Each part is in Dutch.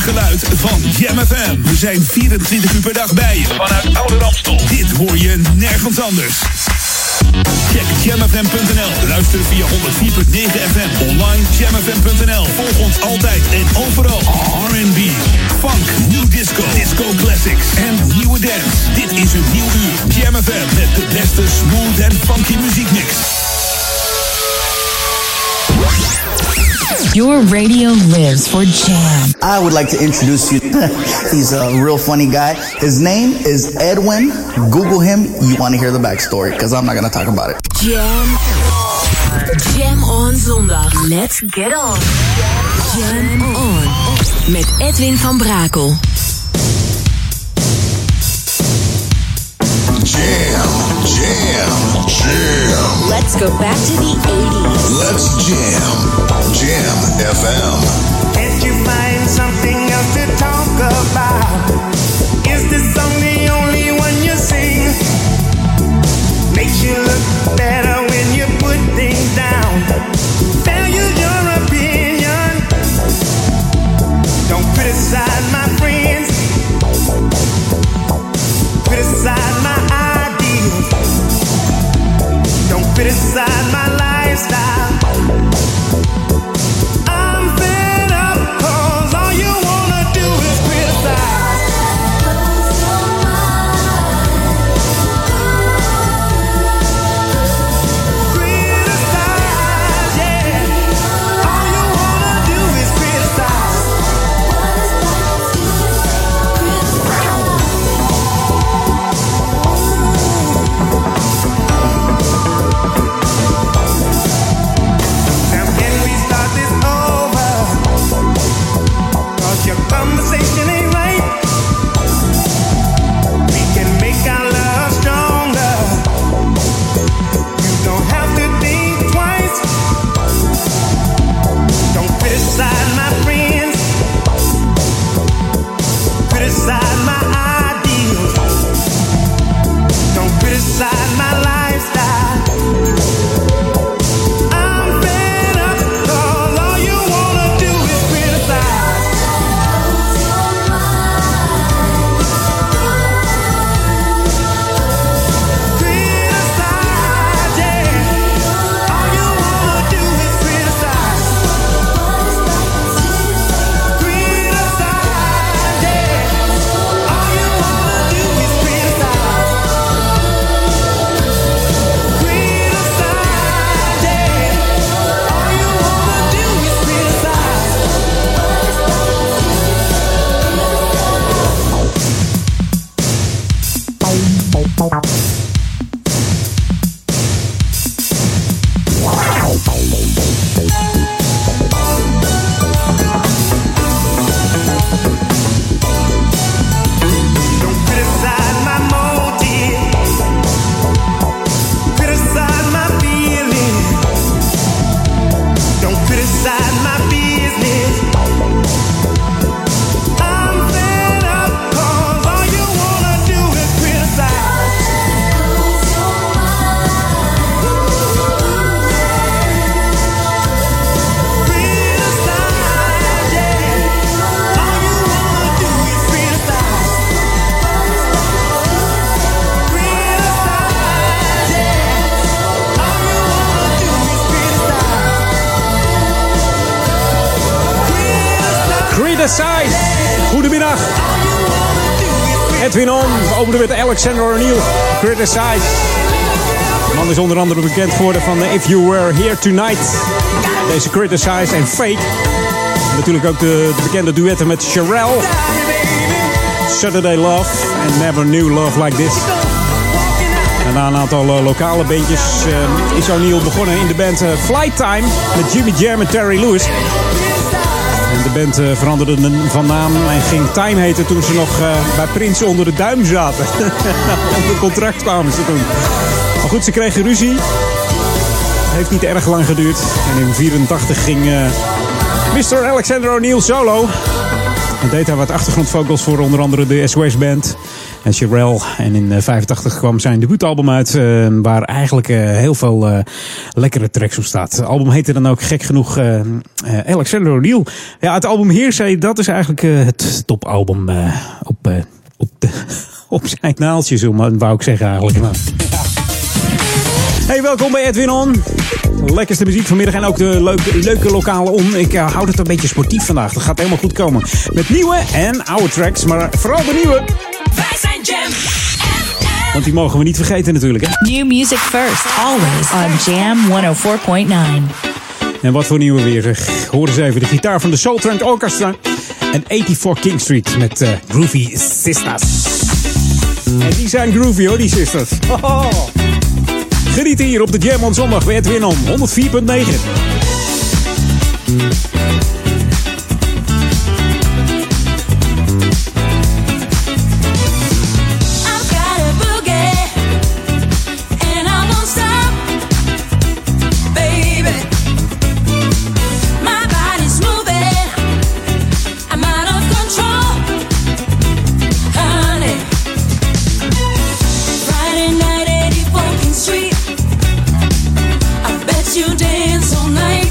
geluid van Jam FM. We zijn 24 uur per dag bij je vanuit Oude Ramstel. Dit hoor je nergens anders. Check jamfm.nl. Luister via 104.9 FM. Online jamfm.nl. Volg ons altijd en overal. R&B, funk, new disco, disco classics en nieuwe dance. Dit is een nieuw uur. Jam FM met de beste smooth en funky muziekmix. Your radio lives for Jam. I would like to introduce you. He's a real funny guy. His name is Edwin. Google him. You want to hear the backstory because I'm not going to talk about it. Jam on zondag. Let's get on. Jam on. Met Edwin van Brakel. Jam. Let's go back to the 80s. Let's jam. Jam FM. Can't you find something else to talk about? Is this song the only one you sing? Makes you look better when you put things down. Value your opinion. Don't criticize my friends. Criticize my ideals. Don't criticize my lifestyle. I'm fed up 'cause all you wanna do is criticize. Criticize, yeah. All you wanna do is criticize. Now can we start this over? 'Cause your conversation ain't right. We can make our love stronger. You don't have to think twice. Don't criticize my friends. Criticize my ideals. Don't criticize my lifestyle. I'm fed up 'cause all you wanna do is criticize. Criticize, yeah. All you wanna do is criticize. Criticize, yeah. All you wanna do is criticize. Criticize, yeah. All you wanna do is criticize. Don't criticize my motive. Criticize my feelings. Don't criticize my business. I'm fed up 'cause all you wanna do is criticize. Criticize, yeah. All you wanna do is criticize. Criticize, yeah. All you wanna do is criticize. Criticize. Goedemiddag. Edwin On. We openen met Alexander O'Neal. Criticize. De man is onder andere bekend geworden van If You Were Here Tonight. Deze Criticize en Fake. En natuurlijk ook de bekende duetten met Sherelle. Saturday Love en Never Knew Love Like This. En na een aantal lokale bandjes is O'Neal begonnen in de band Flight Time met Jimmy Jam en Terry Lewis. En de band veranderde van naam en ging Time heten toen ze nog bij Prince onder de duim zaten. Onder contract kwamen ze toen. Maar goed, ze kregen ruzie. Heeft niet erg lang geduurd. En in 1984 ging Mr. Alexander O'Neal solo. En deed hij wat achtergrondvocals voor onder andere de SOS Band. en Cherrelle. En in 85 kwam zijn debuutalbum uit, waar eigenlijk heel veel lekkere tracks op staat. Het album heette dan ook gek genoeg Alexander O'Neal. Ja, het album Hearsay, dat is eigenlijk het topalbum op zijn naaltjes, wou ik zeggen eigenlijk. Nou. Hey, welkom bij Edwin On. Lekkerste muziek vanmiddag en ook de leuke lokale On. Ik houd het een beetje sportief vandaag. Dat gaat helemaal goed komen. Met nieuwe en oude tracks, maar vooral de nieuwe. Wij zijn Jam FM. Want die mogen we niet vergeten natuurlijk, hè? New music first, always on Jam 104.9. En wat voor nieuwe weer, zeg. Hoor eens even de gitaar van de Soul Trend Orchestra. En 84 King Street met Groovy Sisters. En die zijn groovy hoor, die sisters. Hoho. Geniet hier op de Jam on zondag bij Edwin On 104.9. You dance all night.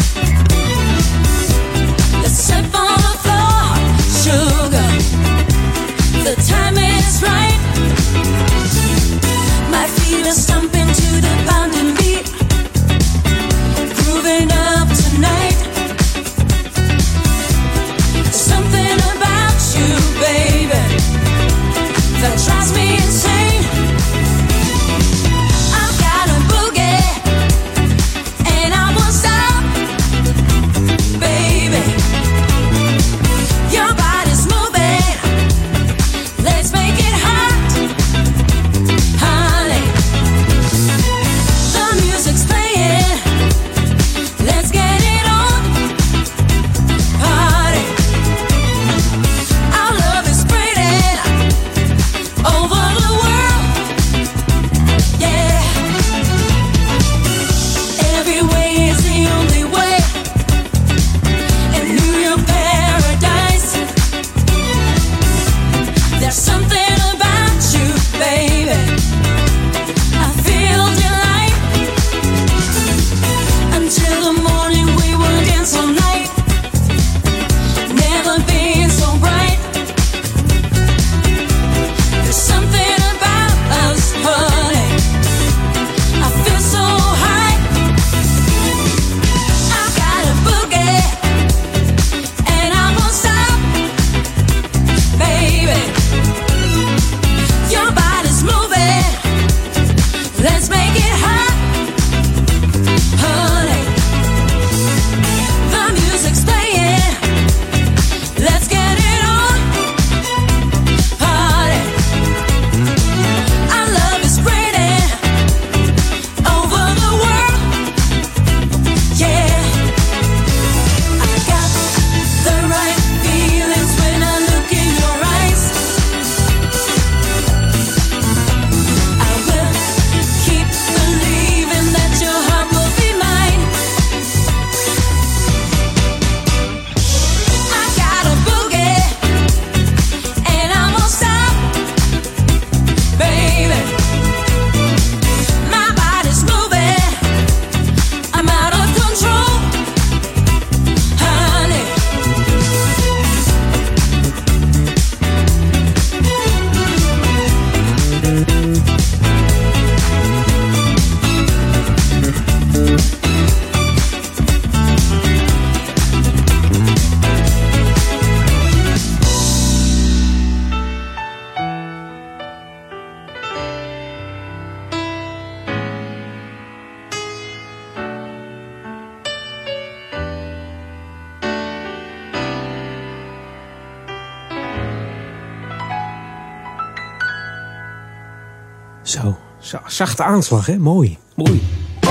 Zo, zachte aanslag, hè? Mooi, mooi.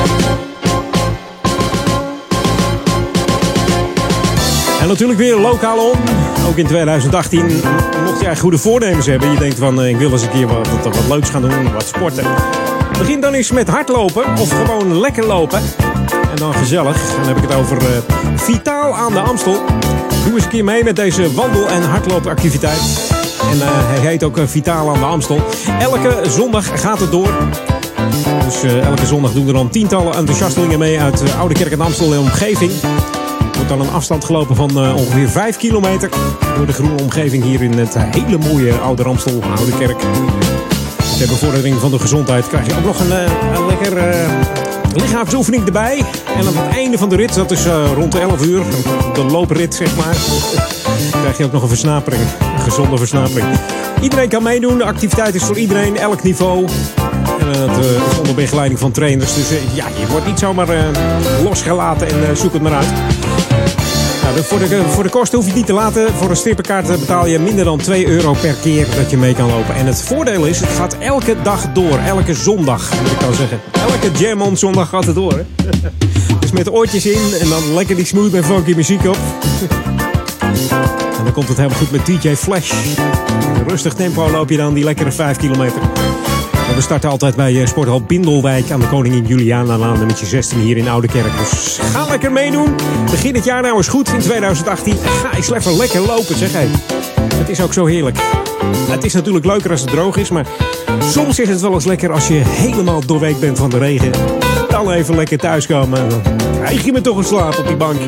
En natuurlijk weer lokaal om. Ook in 2018, mocht jij goede voornemens hebben. Je denkt van, ik wil eens een keer wat leuks gaan doen, wat sporten. Begin dan eens met hardlopen of gewoon lekker lopen. En dan gezellig. Dan heb ik het over Vitaal aan de Amstel. Doe eens een keer mee met deze wandel- en hardloopactiviteit. En hij heet ook Vitaal aan de Amstel. Elke zondag gaat het door. Dus elke zondag doen er dan tientallen enthousiastelingen mee uit Oude Kerk en Amstel en omgeving. Er wordt dan een afstand gelopen van ongeveer 5 kilometer door de groene omgeving hier in het hele mooie Oude Amstel, Oude Kerk. Ter bevordering van de gezondheid krijg je ook nog een lekker lichaamsoefening erbij. En aan het einde van de rit, dat is rond de 11 uur, de looprit zeg maar, krijg je ook nog een versnapering, een gezonde versnapering. Iedereen kan meedoen, de activiteit is voor iedereen, elk niveau. En het is onder begeleiding van trainers. Dus ja, je wordt niet zomaar losgelaten en zoek het maar uit. Nou, voor de kosten hoef je het niet te laten. Voor een strippenkaart betaal je minder dan €2 per keer dat je mee kan lopen. En het voordeel is, het gaat elke dag door. Elke zondag, moet ik dan zeggen. Elke Jam On zondag gaat het door. Hè? Dus met oortjes in en dan lekker die smooth en funky muziek op. En dan komt het helemaal goed met DJ Flash. In rustig tempo loop je dan die lekkere 5 kilometer. We starten altijd bij Sporthal Bindelwijk aan de Koningin Julianalaan nummertje 16 hier in Oude Kerk. Dus ga lekker meedoen. Begin het jaar nou eens goed in 2018. Ga eens lekker lopen, zeg hé. Het is ook zo heerlijk. Het is natuurlijk leuker als het droog is, maar soms is het wel eens lekker als je helemaal doorweekt bent van de regen. Dan even lekker thuiskomen en dan krijg je me toch een slaap op die bank.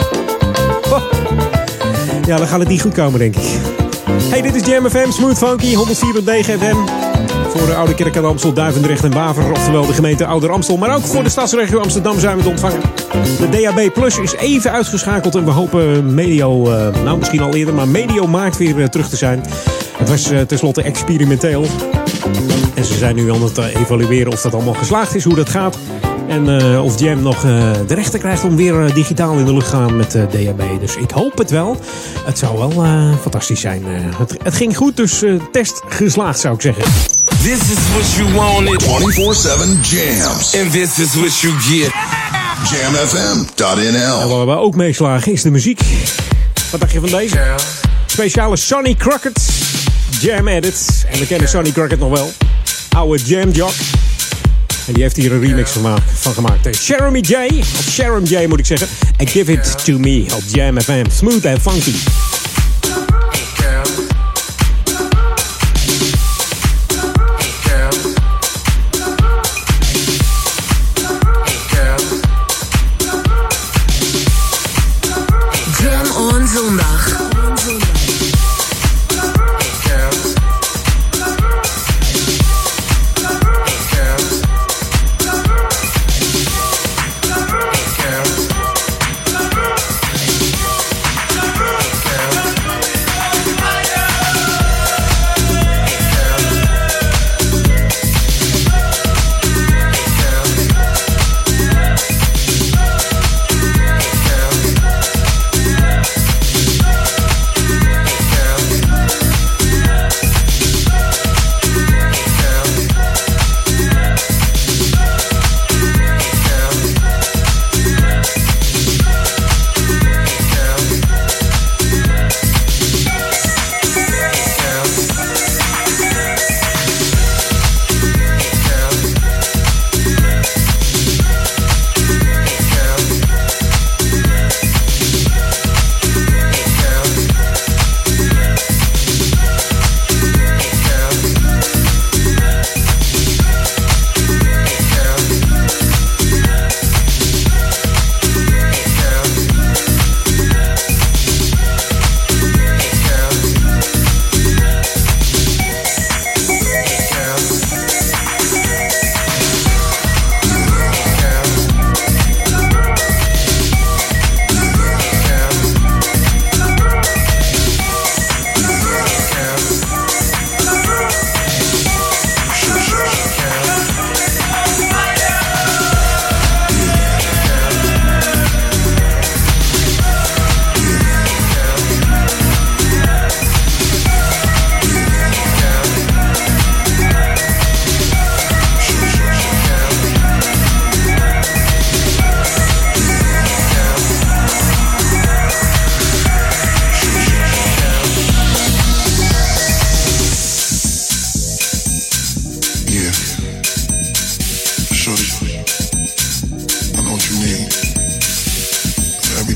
Ja, dan gaat het niet goed komen, denk ik. Hey, dit is Jam FM, Smooth Funky, 104.9 FM. Voor de Oude Kerk aan Amstel, Duivendrecht en Waver. Oftewel de gemeente Ouder Amstel. Maar ook voor de stadsregio Amsterdam zijn we het ontvangen. De DAB Plus is even uitgeschakeld. En we hopen misschien al eerder, maar medio maart weer terug te zijn. Het was tenslotte experimenteel. En ze zijn nu aan het evalueren of dat allemaal geslaagd is, hoe dat gaat. En of Jam nog de rechten krijgt om weer digitaal in de lucht te gaan met DAB. Dus ik hoop het wel. Het zou wel fantastisch zijn. Het ging goed, dus test geslaagd zou ik zeggen. This is what you wanted. 24/7 jams. And this is what you get. JamFM.nl. En waar we ook meeslagen is de muziek. Wat dacht je van deze? Speciale Sonny Crockett Jam Edit. En we kennen Sonny Crockett nog wel. Oude Jam Jock. En die heeft hier een remix van gemaakt. Jeremy J, of Sharon J moet ik zeggen. En Give It To Me op Jam FM. Smooth and funky.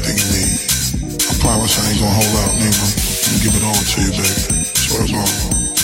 promise I ain't gonna hold out, nigga. I'm gonna give it all to you, baby. Swear to God.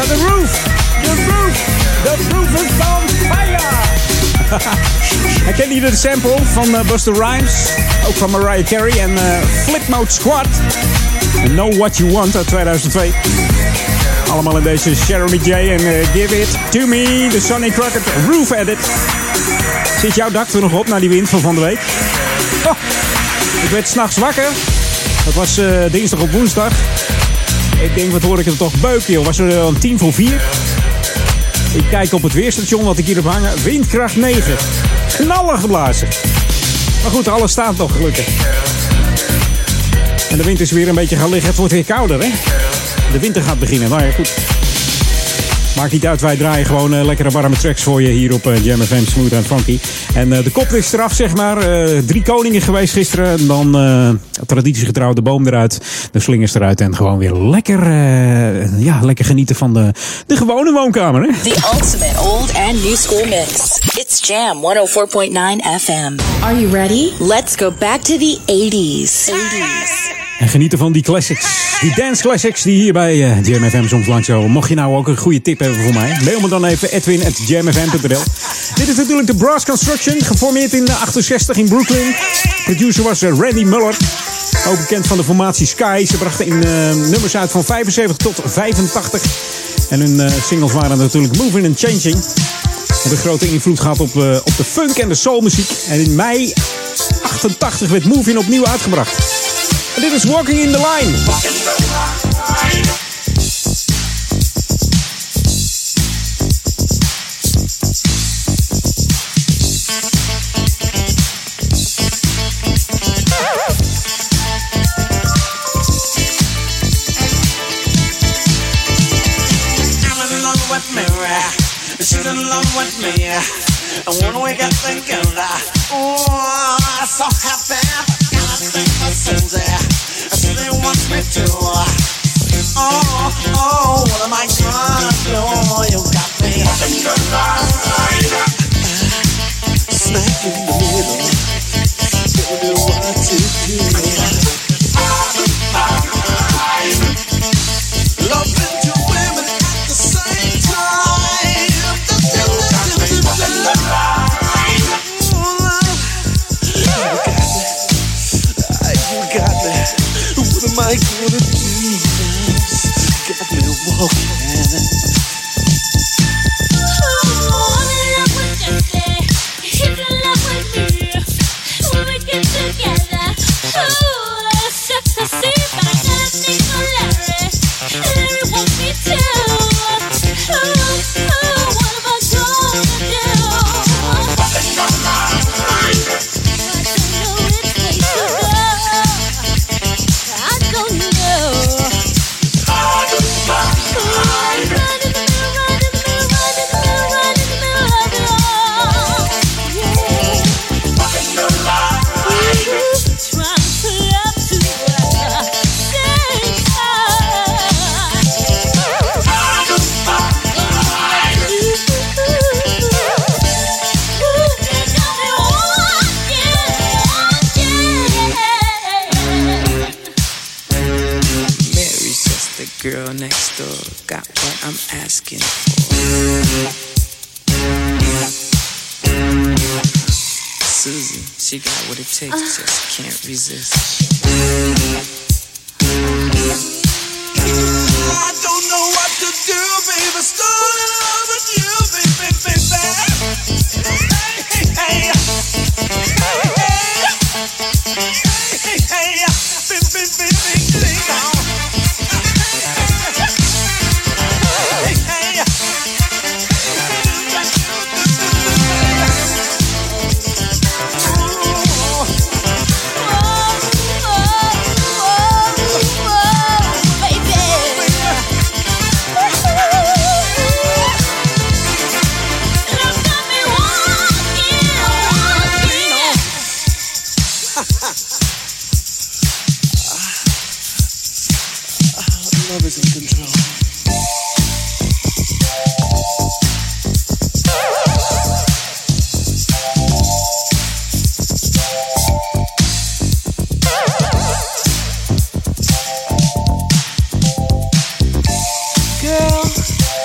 Ja, the roof is on fire. Herken je de sample van Busta Rhymes? Ook van Mariah Carey en Flip Mode Squad. Know What You Want uit 2002. Allemaal in deze Jeremy J en Give It To Me, de Sonny Crockett Roof Edit. Zit jouw dak er nog op na die wind van de week? Oh, ik werd 's nachts wakker. Dat was dinsdag op woensdag. Ik denk, wat hoor ik er toch beuken, joh. Was er om 4:10. Ik kijk op het weerstation wat ik hier heb hangen. Windkracht 9. Knallen geblazen. Maar goed, alles staat nog gelukkig. En de wind is weer een beetje gaan liggen. Het wordt weer kouder, hè? De winter gaat beginnen. Nou ja, goed. Maakt niet uit, wij draaien gewoon lekkere warme tracks voor je hier op Jam FM, Smooth and Funky. En de kop is eraf, zeg maar. 3 koningen geweest gisteren. En dan traditiegetrouw de boom eruit, de slingers eruit. En gewoon weer lekker, lekker genieten van de gewone woonkamer, hè? The ultimate old and new school mix. It's Jam 104.9 FM. Are you ready? Let's go back to the 80s. En genieten van die classics. Die dance classics die hier bij Jam FM soms langskomen. Mocht je nou ook een goede tip hebben voor mij, mail me dan even edwin@jamfm.nl. Dit is natuurlijk de Brass Construction, geformeerd in 68 in Brooklyn. Producer was Randy Muller. Ook bekend van de formatie Sky. Ze brachten in nummers uit van 75 tot 85. En hun singles waren natuurlijk Moving and Changing. Met een grote invloed gehad op de funk en de soulmuziek. En in mei 88 werd Moving opnieuw uitgebracht. En dit is Walking in the Line. She's in love with me, and when we get together, oh, I'm so happy. I think my son's there. She really wants me to. Oh, what am I gonna do? You got me in the line, smack in the middle. Don't know what to do. Loving two women at the same time. You got me. What am I gonna do? Got me walking. Girl next door got what I'm asking for. Susie, she got what it takes, just can't resist. I don't know what to do, baby. Still in love with you, baby, baby. Hey, hey, hey. Love is in control. Girl,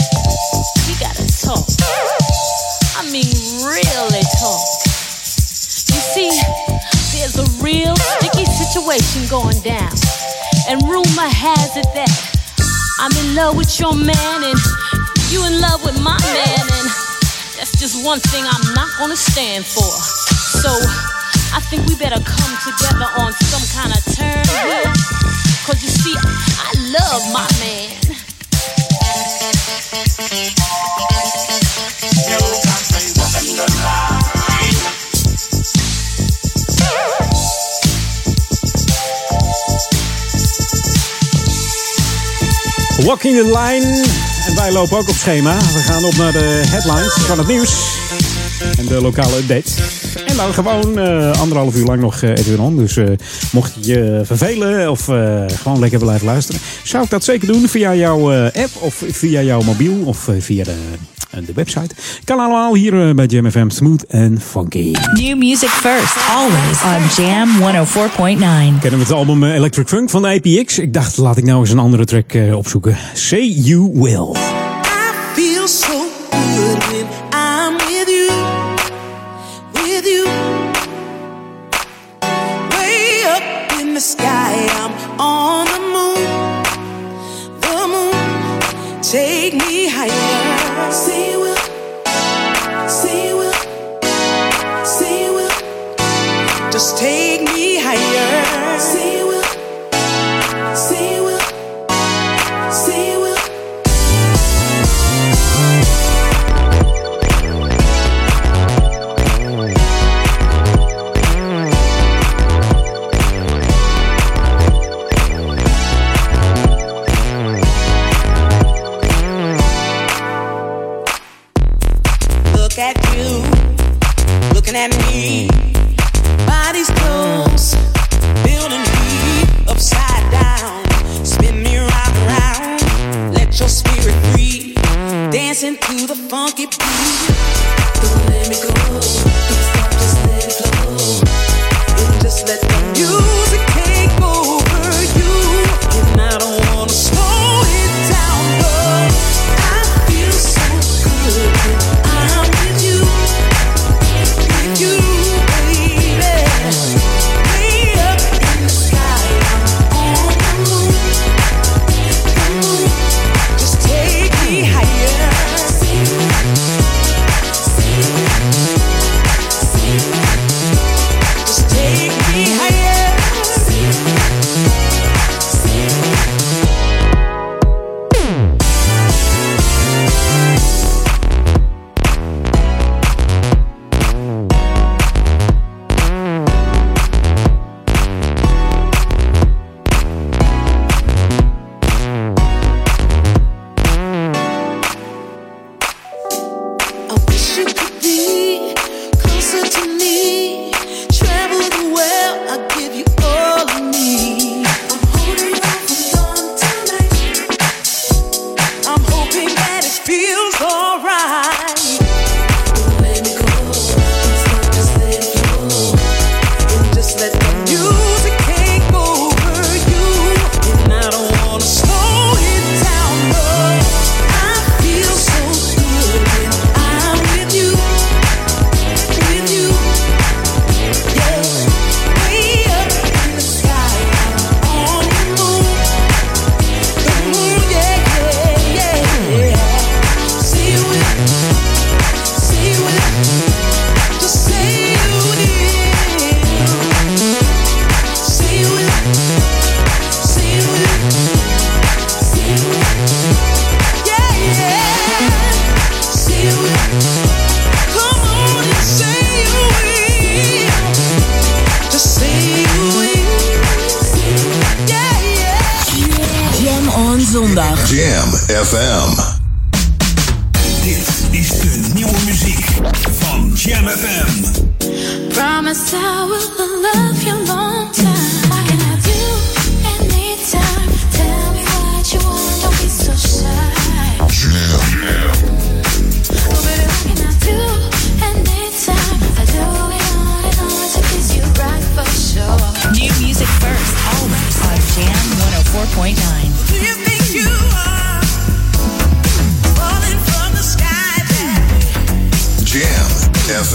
really talk. You see, there's a real sticky situation going down. And rumor has it that I'm in love with your man and you in love with my man. And that's just one thing I'm not gonna stand for. So I think we better come together on some kind of terms here. Cause you see, I love my man. Walking the Line. En wij lopen ook op schema. We gaan op naar de headlines van het nieuws. En de lokale update. En dan gewoon 1,5 uur lang nog Edwin On. Dus mocht je je vervelen of gewoon lekker blijven luisteren, zou ik dat zeker doen via jouw app of via jouw mobiel of via de website. Kan allemaal hier bij Jam FM. Smooth and funky. New music first, always on Jam 104.9. Kennen we het album Electric Funk van APX? Ik dacht, laat ik nou eens een andere track opzoeken. Say You Will. I feel so good when I'm with you, with you. Way up in the sky, I'm on the moon, take me higher. Say you will, say you will, say you will. Just take me higher. Say you will, say you will, say you will. Look at you, looking at me. Body's close, building me upside down. Spin me round and round, let your spirit free. Dancing to the funky beat. Don't let me go, don't stop, just let it flow. And just let the music take over you. And I don't wanna slow it down, but I feel so good when I'm with you, with you, baby. Way up in the sky, I'm on the moon, just take me higher. Just take me higher. I wish you could be closer to me. Travel the world, I'll give you all of me. I'm holding on for dawn tonight. I'm hoping that it feels alright. Don't let me go, don't stop, just let it flow. And just let the music take over you. And I don't wanna slow it down, but I feel so good when I'm with you, with you. Yeah, way up in the sky, I'm on the moon, yeah, yeah, yeah. See you will, just say you will. See you will, see you will, see you will. Yeah, yeah. See you will. Come on and say you will. Just say you will. Yeah, yeah. Jam on zondag. Jam FM. Dit is de nieuwe muziek van Jam FM. Promise I will love you long time. What can I do anytime? Tell me what you want, don't be so shy. Oh, baby, what can I do anytime? I do it on to kiss you right for sure. New music first, always on Jam 104.9. Do you think you are falling from the sky, baby? Jam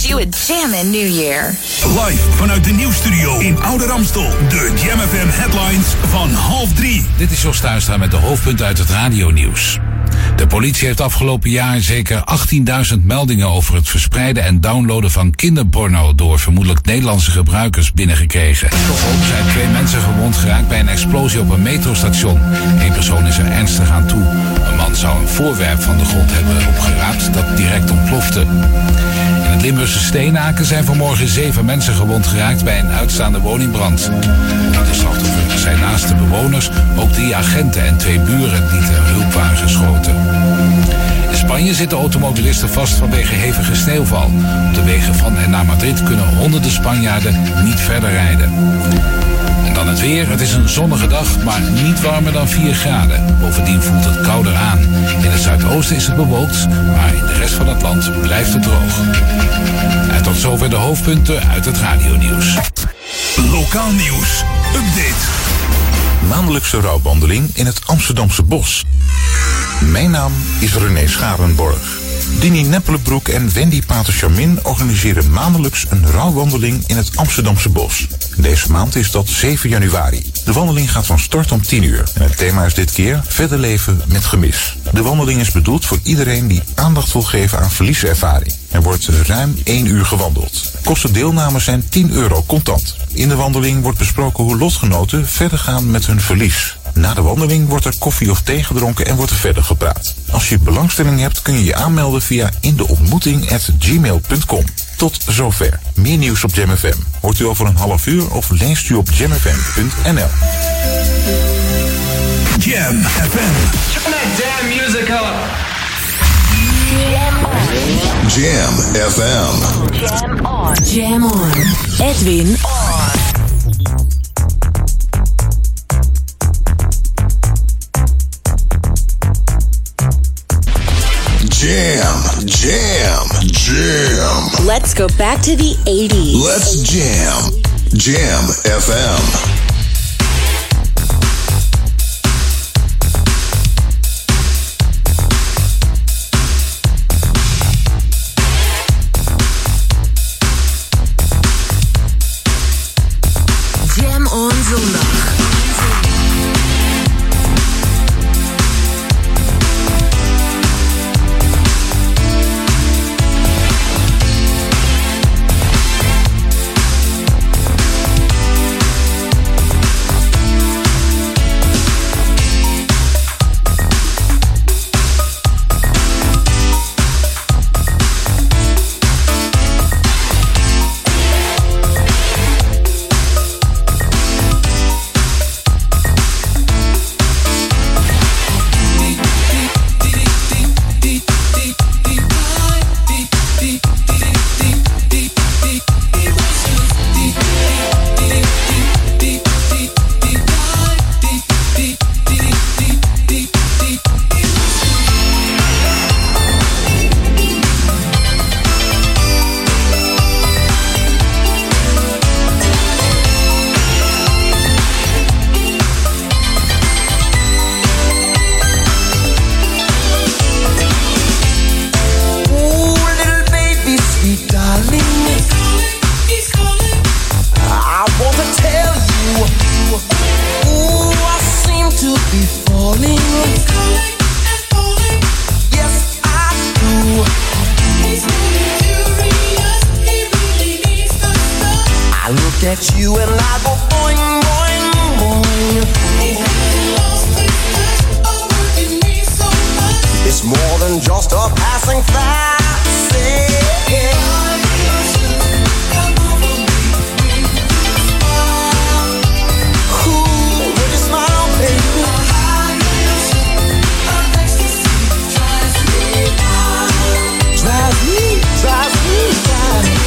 you a jammin' New Year. Live vanuit de nieuwsstudio in Oude Ramstel. De Jam FM headlines van 2:30. Dit is Jos Tuistra met de hoofdpunten uit het radionieuws. De politie heeft afgelopen jaar zeker 18.000 meldingen over het verspreiden en downloaden van kinderporno door vermoedelijk Nederlandse gebruikers binnengekregen. Ook zijn 2 mensen gewond geraakt bij een explosie op een metrostation. 1 persoon is er ernstig aan toe. Een man zou een voorwerp van de grond hebben opgeraapt dat direct ontplofte. In het Limburgse Steenaken zijn vanmorgen 7 mensen gewond geraakt bij een uitstaande woningbrand. De slachtoffers zijn naast de bewoners ook 3 agenten en 2 buren die ter hulp waren geschoten. In Spanje zitten automobilisten vast vanwege hevige sneeuwval. Op de wegen van en naar Madrid kunnen honderden Spanjaarden niet verder rijden. En dan het weer. Het is een zonnige dag, maar niet warmer dan 4 graden. Bovendien voelt het kouder aan. In het zuidoosten is het bewolkt, maar in de rest van het land blijft het droog. En tot zover de hoofdpunten uit het radionieuws. Lokaal nieuws. Update. Maandelijkse rouwwandeling in het Amsterdamse Bos. Mijn naam is René Scharenborg. Dini Neppelenbroek en Wendy Pater-Charmin organiseren maandelijks een rouwwandeling in het Amsterdamse Bos. Deze maand is dat 7 januari. De wandeling gaat van start om 10 uur. En het thema is dit keer verder leven met gemis. De wandeling is bedoeld voor iedereen die aandacht wil geven aan verlieservaring. Er wordt ruim 1 uur gewandeld. Kosten deelname zijn €10 contant. In de wandeling wordt besproken hoe lotgenoten verder gaan met hun verlies. Na de wandeling wordt er koffie of thee gedronken en wordt er verder gepraat. Als je belangstelling hebt kun je je aanmelden via indeontmoeting@gmail.com. Tot zover. Meer nieuws op Jam FM. Hoort u over een half uur of leest u op jamfm.nl. Jam FM. Turn that damn music up. Jam FM. Jam on. Jam on. Edwin on. Jam, jam, jam. Let's go back to the 80s. Let's jam. Jam FM. Jam on zondag. At you and I go boing, boing, boing. It's more than just a passing fancy. Ooh, when you smile, baby. Drives me, drives me, drives me.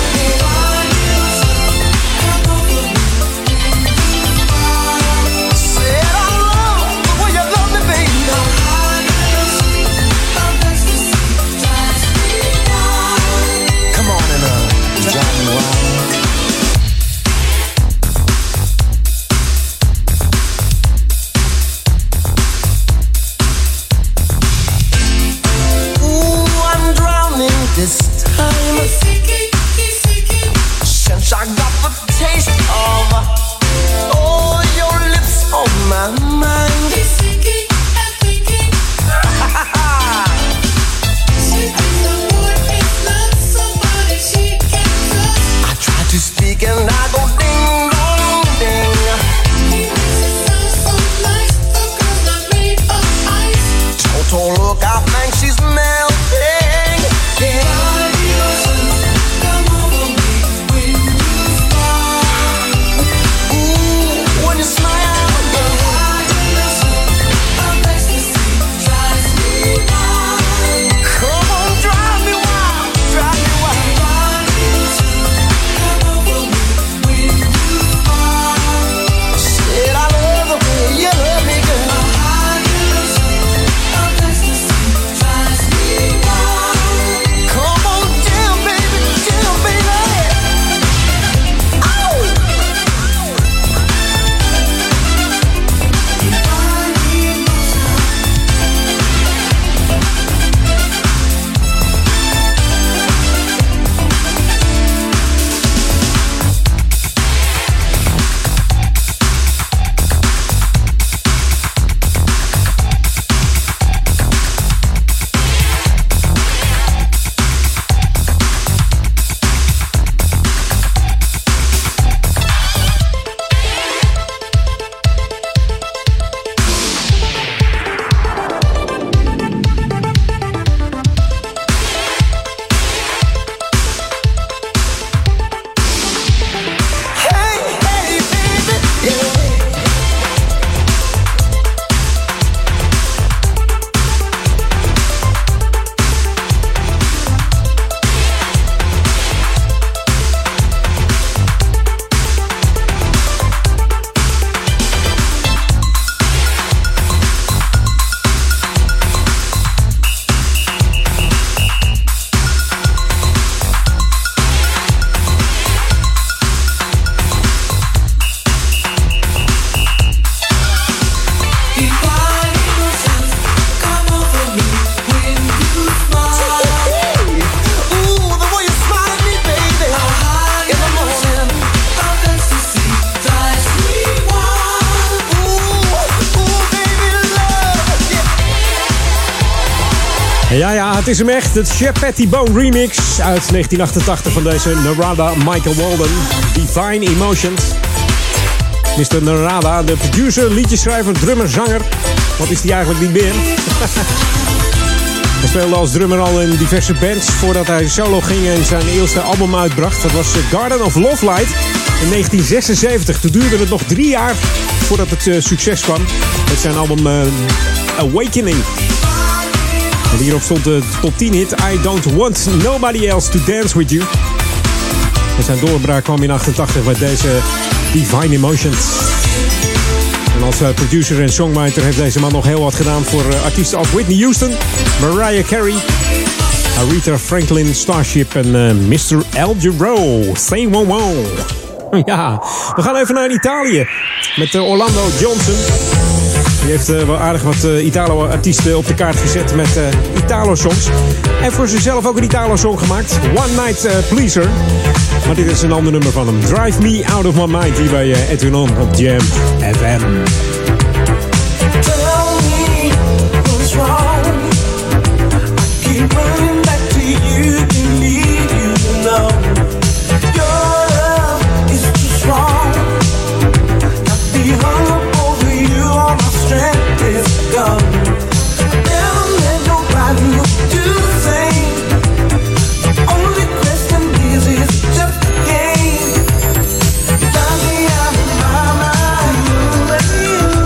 Ja, het is hem echt. Het Chef Pettibone remix uit 1988 van deze Narada Michael Walden. Divine Emotions. Mr. Narada, de producer, liedjeschrijver, drummer, zanger. Wat is die eigenlijk niet meer? Hij speelde als drummer al in diverse bands voordat hij solo ging en zijn eerste album uitbracht. Dat was Garden of Love Light in 1976. Toen duurde het nog 3 jaar voordat het succes kwam. Met zijn album Awakening. En hierop stond de top 10 hit I Don't Want Nobody Else to Dance With You. En zijn doorbraak kwam in 88 met deze Divine Emotions. En als producer en songwriter heeft deze man nog heel wat gedaan voor artiesten als Whitney Houston, Mariah Carey, Aretha Franklin, Starship en Mr. Al Jarreau. Say wow wow. Ja, we gaan even naar Italië met Orlando Johnson. Die heeft wel aardig wat Italo-artiesten op de kaart gezet met Italo-songs. En voor zichzelf ook een Italo-song gemaakt. One Night Pleaser. Maar dit is een ander nummer van hem. Drive Me Out of My Mind. Hier bij Edwin On op Jam FM. You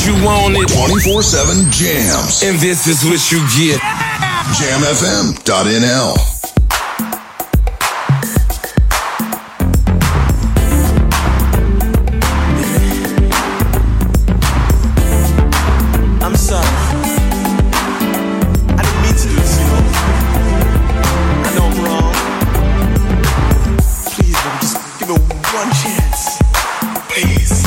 you wanted. 24/7 jams. And this is what you get. JamFM.nl. I'm sorry. I didn't mean to do this, you know. I know I'm wrong. Please, baby, just give me one chance. Please.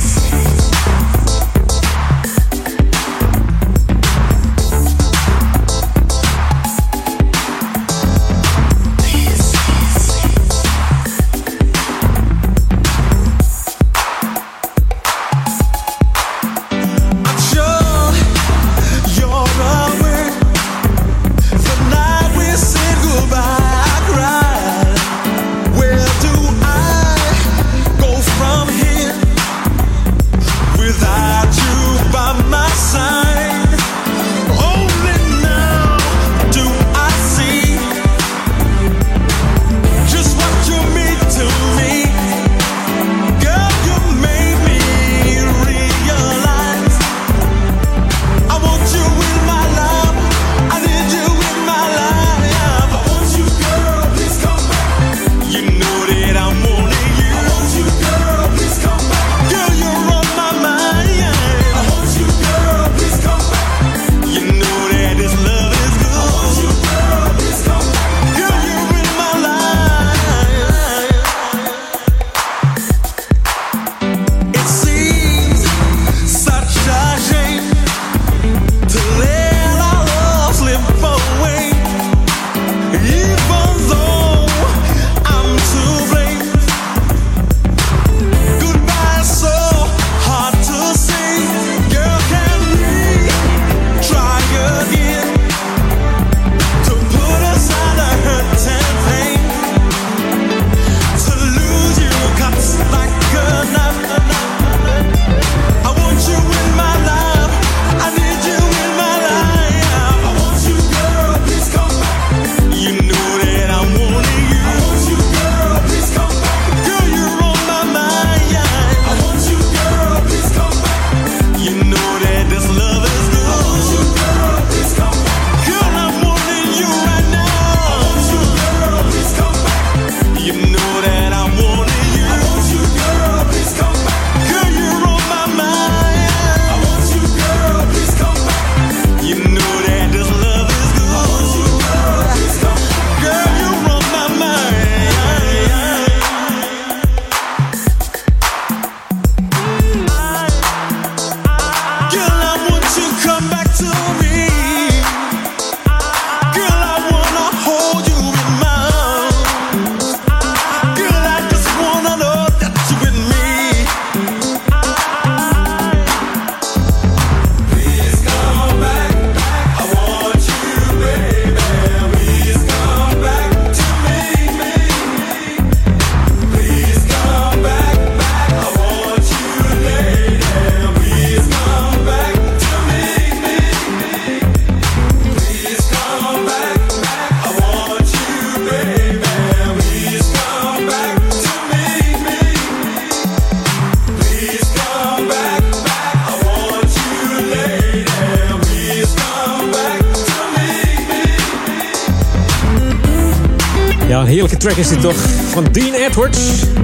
Heerlijke track is dit toch, van Dean Edwards.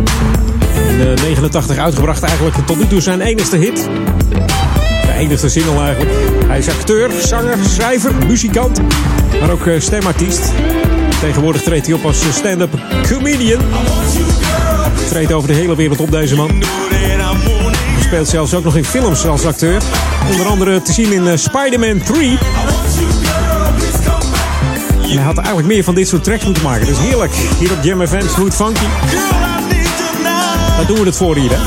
In 89 uitgebracht, eigenlijk tot nu toe zijn enigste hit. De enigste single eigenlijk. Hij is acteur, zanger, schrijver, muzikant, maar ook stemartiest. Tegenwoordig treedt hij op als stand-up comedian. Treedt over de hele wereld op, deze man. Hij speelt zelfs ook nog in films als acteur. Onder andere te zien in Spider-Man 3. En hij had eigenlijk meer van dit soort tracks moeten maken. Dus heerlijk. Hier op Jam FM, Smooth Funky. Daar doen we het voor hier, hè.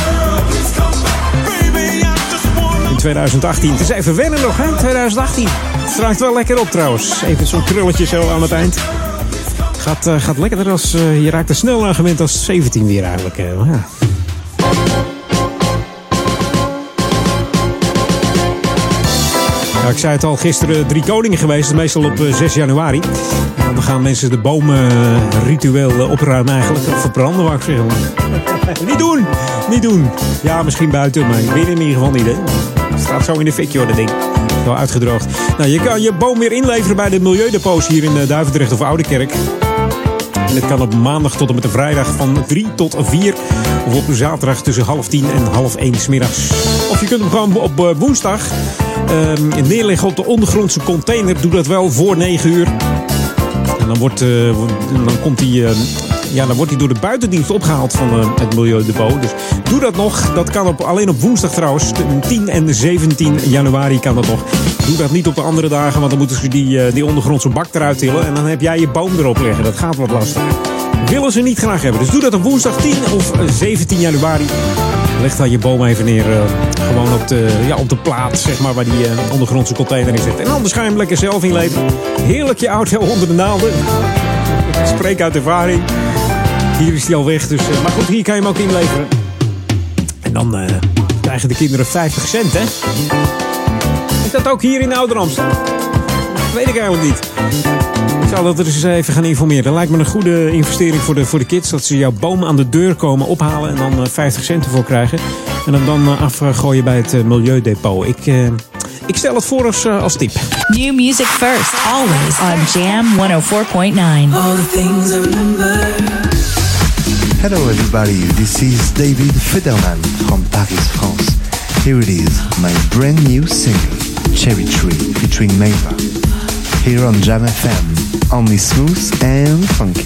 In 2018. Het is even wennen nog, hè. 2018. Het draait wel lekker op trouwens. Even zo'n krulletje zo aan het eind. Gaat lekkerder als... je raakt er snel aan gewend als 17 weer eigenlijk. Ja. Ja, ik zei het al, gisteren 3 Koningen geweest, meestal op 6 januari. En dan gaan mensen de bomen ritueel opruimen eigenlijk. Of verbranden, wou ik zeggen. Niet doen! Ja, misschien buiten, maar binnen in ieder geval niet, hè. Staat zo in de fik, joh, dat ding. Wel uitgedroogd. Nou, je kan je boom weer inleveren bij de milieudepots hier in Duivendrecht of Oudekerk. En dit kan op maandag tot en met de vrijdag van 3 tot 4. Of op zaterdag tussen 10:30 en 12:30 's middags. Of je kunt hem gewoon op woensdag neerleggen op de ondergrondse container. Doe dat wel voor 9 uur. En dan wordt hij door de buitendienst opgehaald van het Milieudepot. Dus doe dat nog. Dat kan alleen op woensdag trouwens. 10 en 17 januari kan dat nog. Doe dat niet op de andere dagen, want dan moeten ze die ondergrondse bak eruit tillen. En dan heb jij je boom erop leggen. Dat gaat wat lastig. Willen ze niet graag hebben. Dus doe dat op woensdag 10 of 17 januari. Leg dan je boom even neer. Gewoon op de plaat, zeg maar, waar die ondergrondse container in zit. En anders ga je hem lekker zelf inleveren. Heerlijk je auto onder de naalden. Ik spreek uit ervaring. Hier is hij al weg. Dus, maar goed, hier kan je hem ook inleveren. En dan krijgen de kinderen 50 cent, hè? Is dat ook hier in Ouder-Amstel? Dat weet ik eigenlijk niet. Ik zou dat er eens even gaan informeren. Dat lijkt me een goede investering voor de kids. Dat ze jouw boom aan de deur komen ophalen en dan 50 cent ervoor krijgen. En hem dan afgooien bij het Milieudepot. Ik stel het voor als tip. New music first, always on Jam 104.9. All the things I remember. Hello everybody, this is David Federman from Paris, France. Here it is, my brand new single, Cherry Tree, featuring Maeva. Here on Jam FM, only smooth and funky.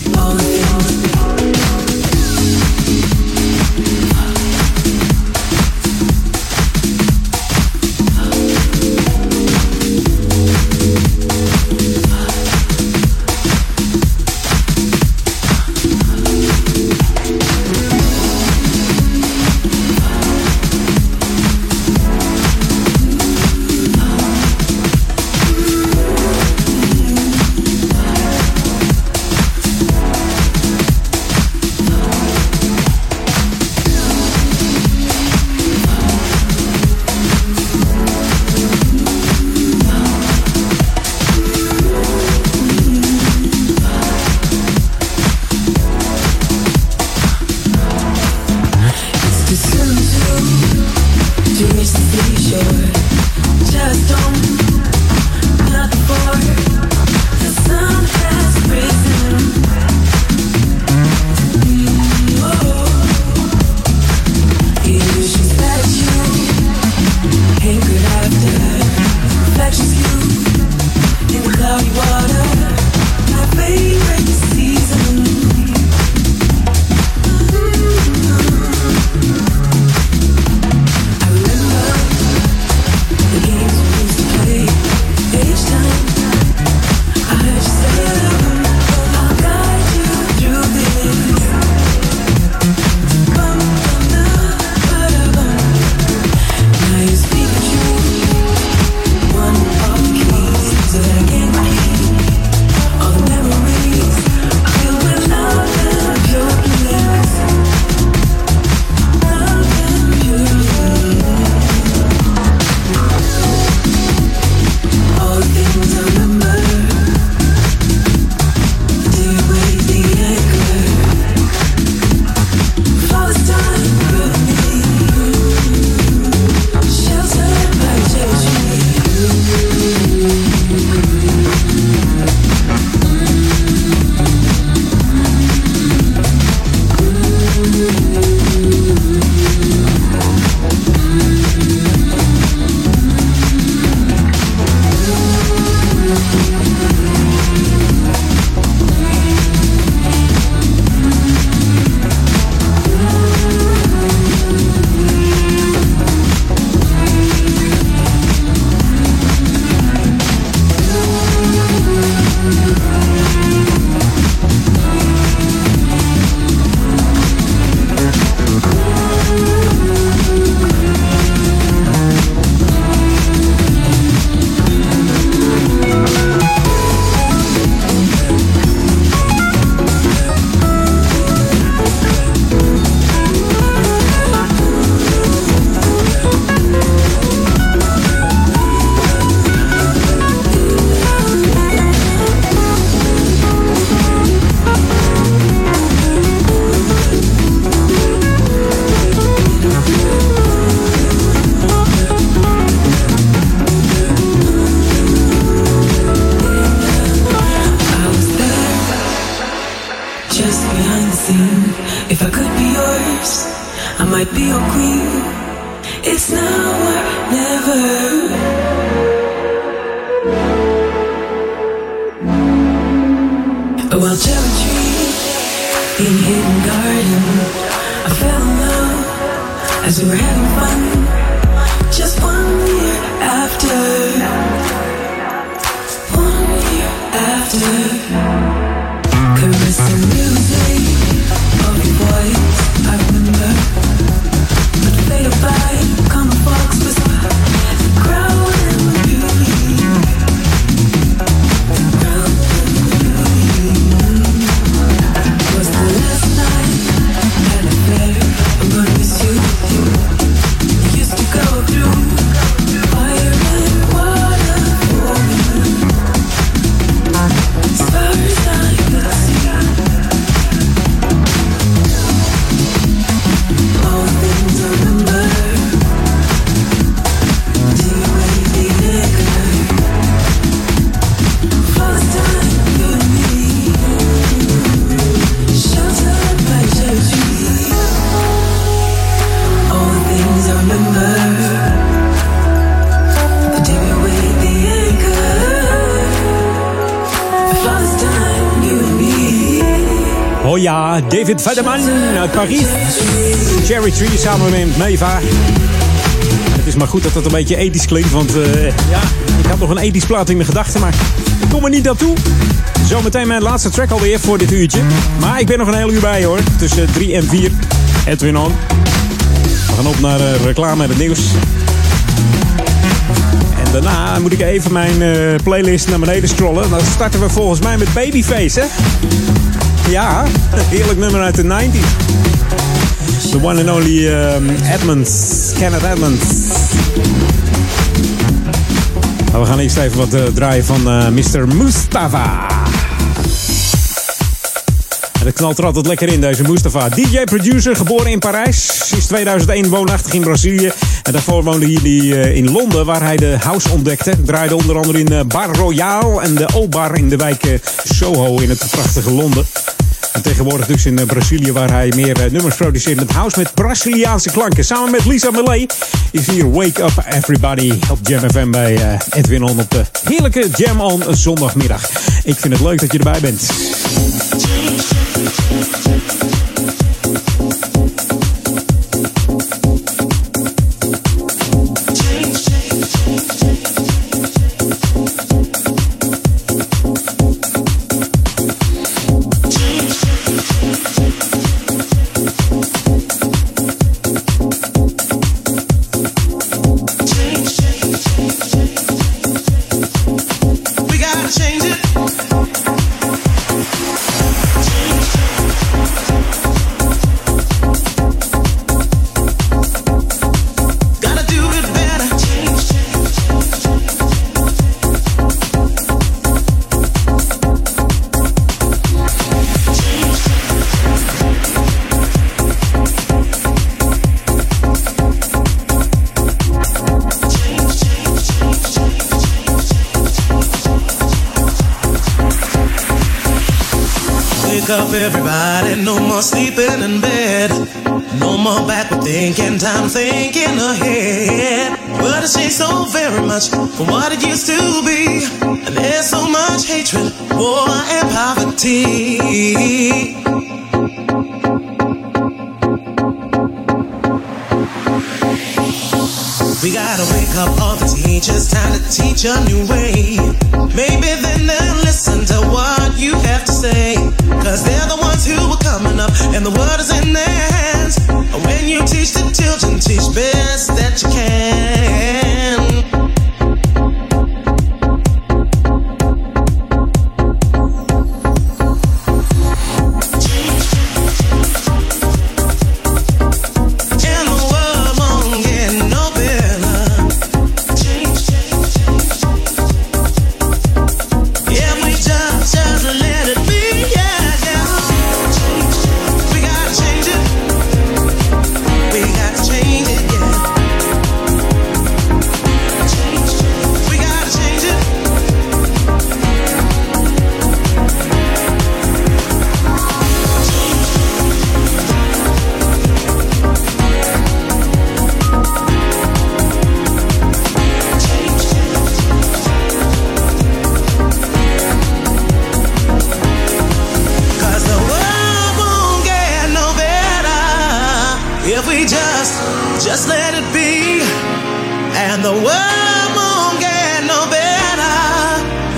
might be your queen. It's now or never. A wild cherry tree in a hidden garden. I fell in love as we were having fun. Just 1 year after. 1 year after. Caressing music of your voice, I remember. But faded by, common fox whisper. The crowd and the beauty. The crowd and the beauty. Was the last night at the fair. I'm gonna miss you. Used to go through fire and water for me. As far as I could see, all things I remember. Do you wait the anchor? First time you and me, sheltered by cherry tree. All the things I remember. The day we weighed the anchor. First time you and me. Oh ja, David Federman uit Parijs. Cherry Tree samen met Meva. Het is maar goed dat het een beetje ethisch klinkt, want ja, ik had nog een ethisch plaat in mijn gedachten, maar ik kom er niet naartoe. Zometeen mijn laatste track alweer voor dit uurtje. Maar ik ben nog een heel uur bij hoor, tussen 3 en 4. Edwin On. We gaan op naar reclame en het nieuws. En daarna moet ik even mijn playlist naar beneden scrollen. Dan starten we volgens mij met Babyface, hè? Ja, een heerlijk nummer uit de 90s. The one and only Edmonds, Kenneth Edmonds. Maar we gaan eerst even wat draaien van Mr. Mustafa. En dat knalt er altijd lekker in, deze Mustafa. DJ-producer, geboren in Parijs. Sinds 2001 woonachtig in Brazilië. En daarvoor woonde hij in Londen, waar hij de house ontdekte. Draaide onder andere in Bar Royale en de O-Bar in de wijk Soho in het prachtige Londen. En tegenwoordig dus in Brazilië, waar hij meer nummers produceert met house met Braziliaanse klanken. Samen met Lisa Millet is hier Wake Up Everybody op Jam FM bij Edwin On op de heerlijke Jam On zondagmiddag. Ik vind het leuk dat je erbij bent. Up everybody, no more sleeping in bed, no more backward thinking, time thinking ahead. But it's changed so very much from what it used to be, and there's so much hatred, war and poverty. We gotta wake up all the teachers, time to teach a new way. Maybe then they'll listen to what you have to say, 'cause they're the ones who are coming up and the world is in their hands. And when you teach the children, teach best that you can.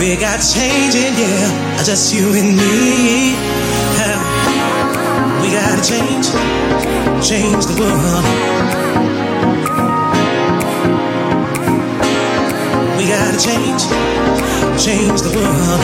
We got changing, yeah, just you and me. We gotta change the world. We gotta change the world.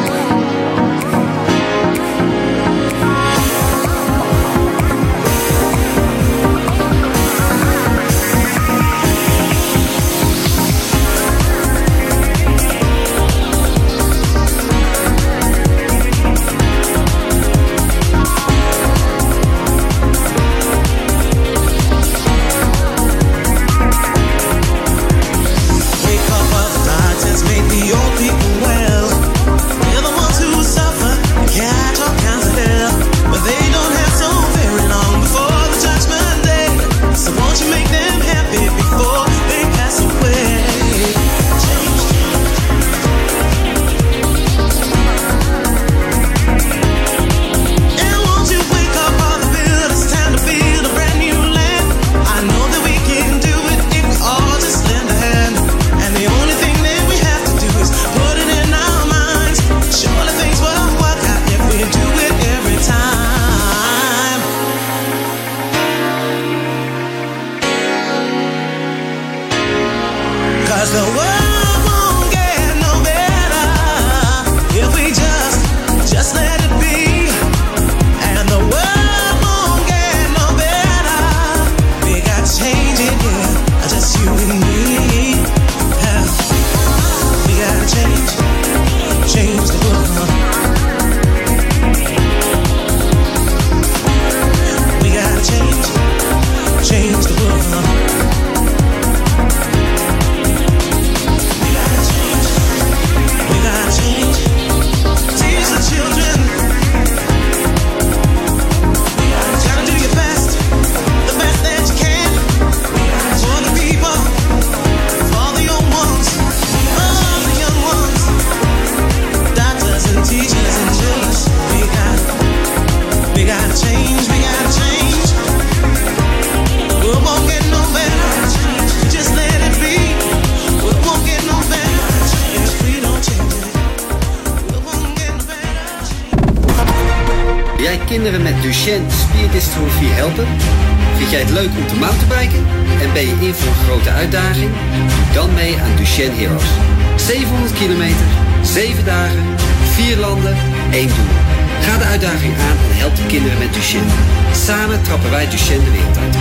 Kinderen met Duchenne spierdystrofie helpen? Vind jij het leuk om te mountainbiken? En ben je in voor een grote uitdaging? Doe dan mee aan Duchenne Heroes. 700 kilometer, 7 dagen, 4 landen, 1 doel. Ga de uitdaging aan en help de kinderen met Duchenne. Samen trappen wij Duchenne de wereld uit.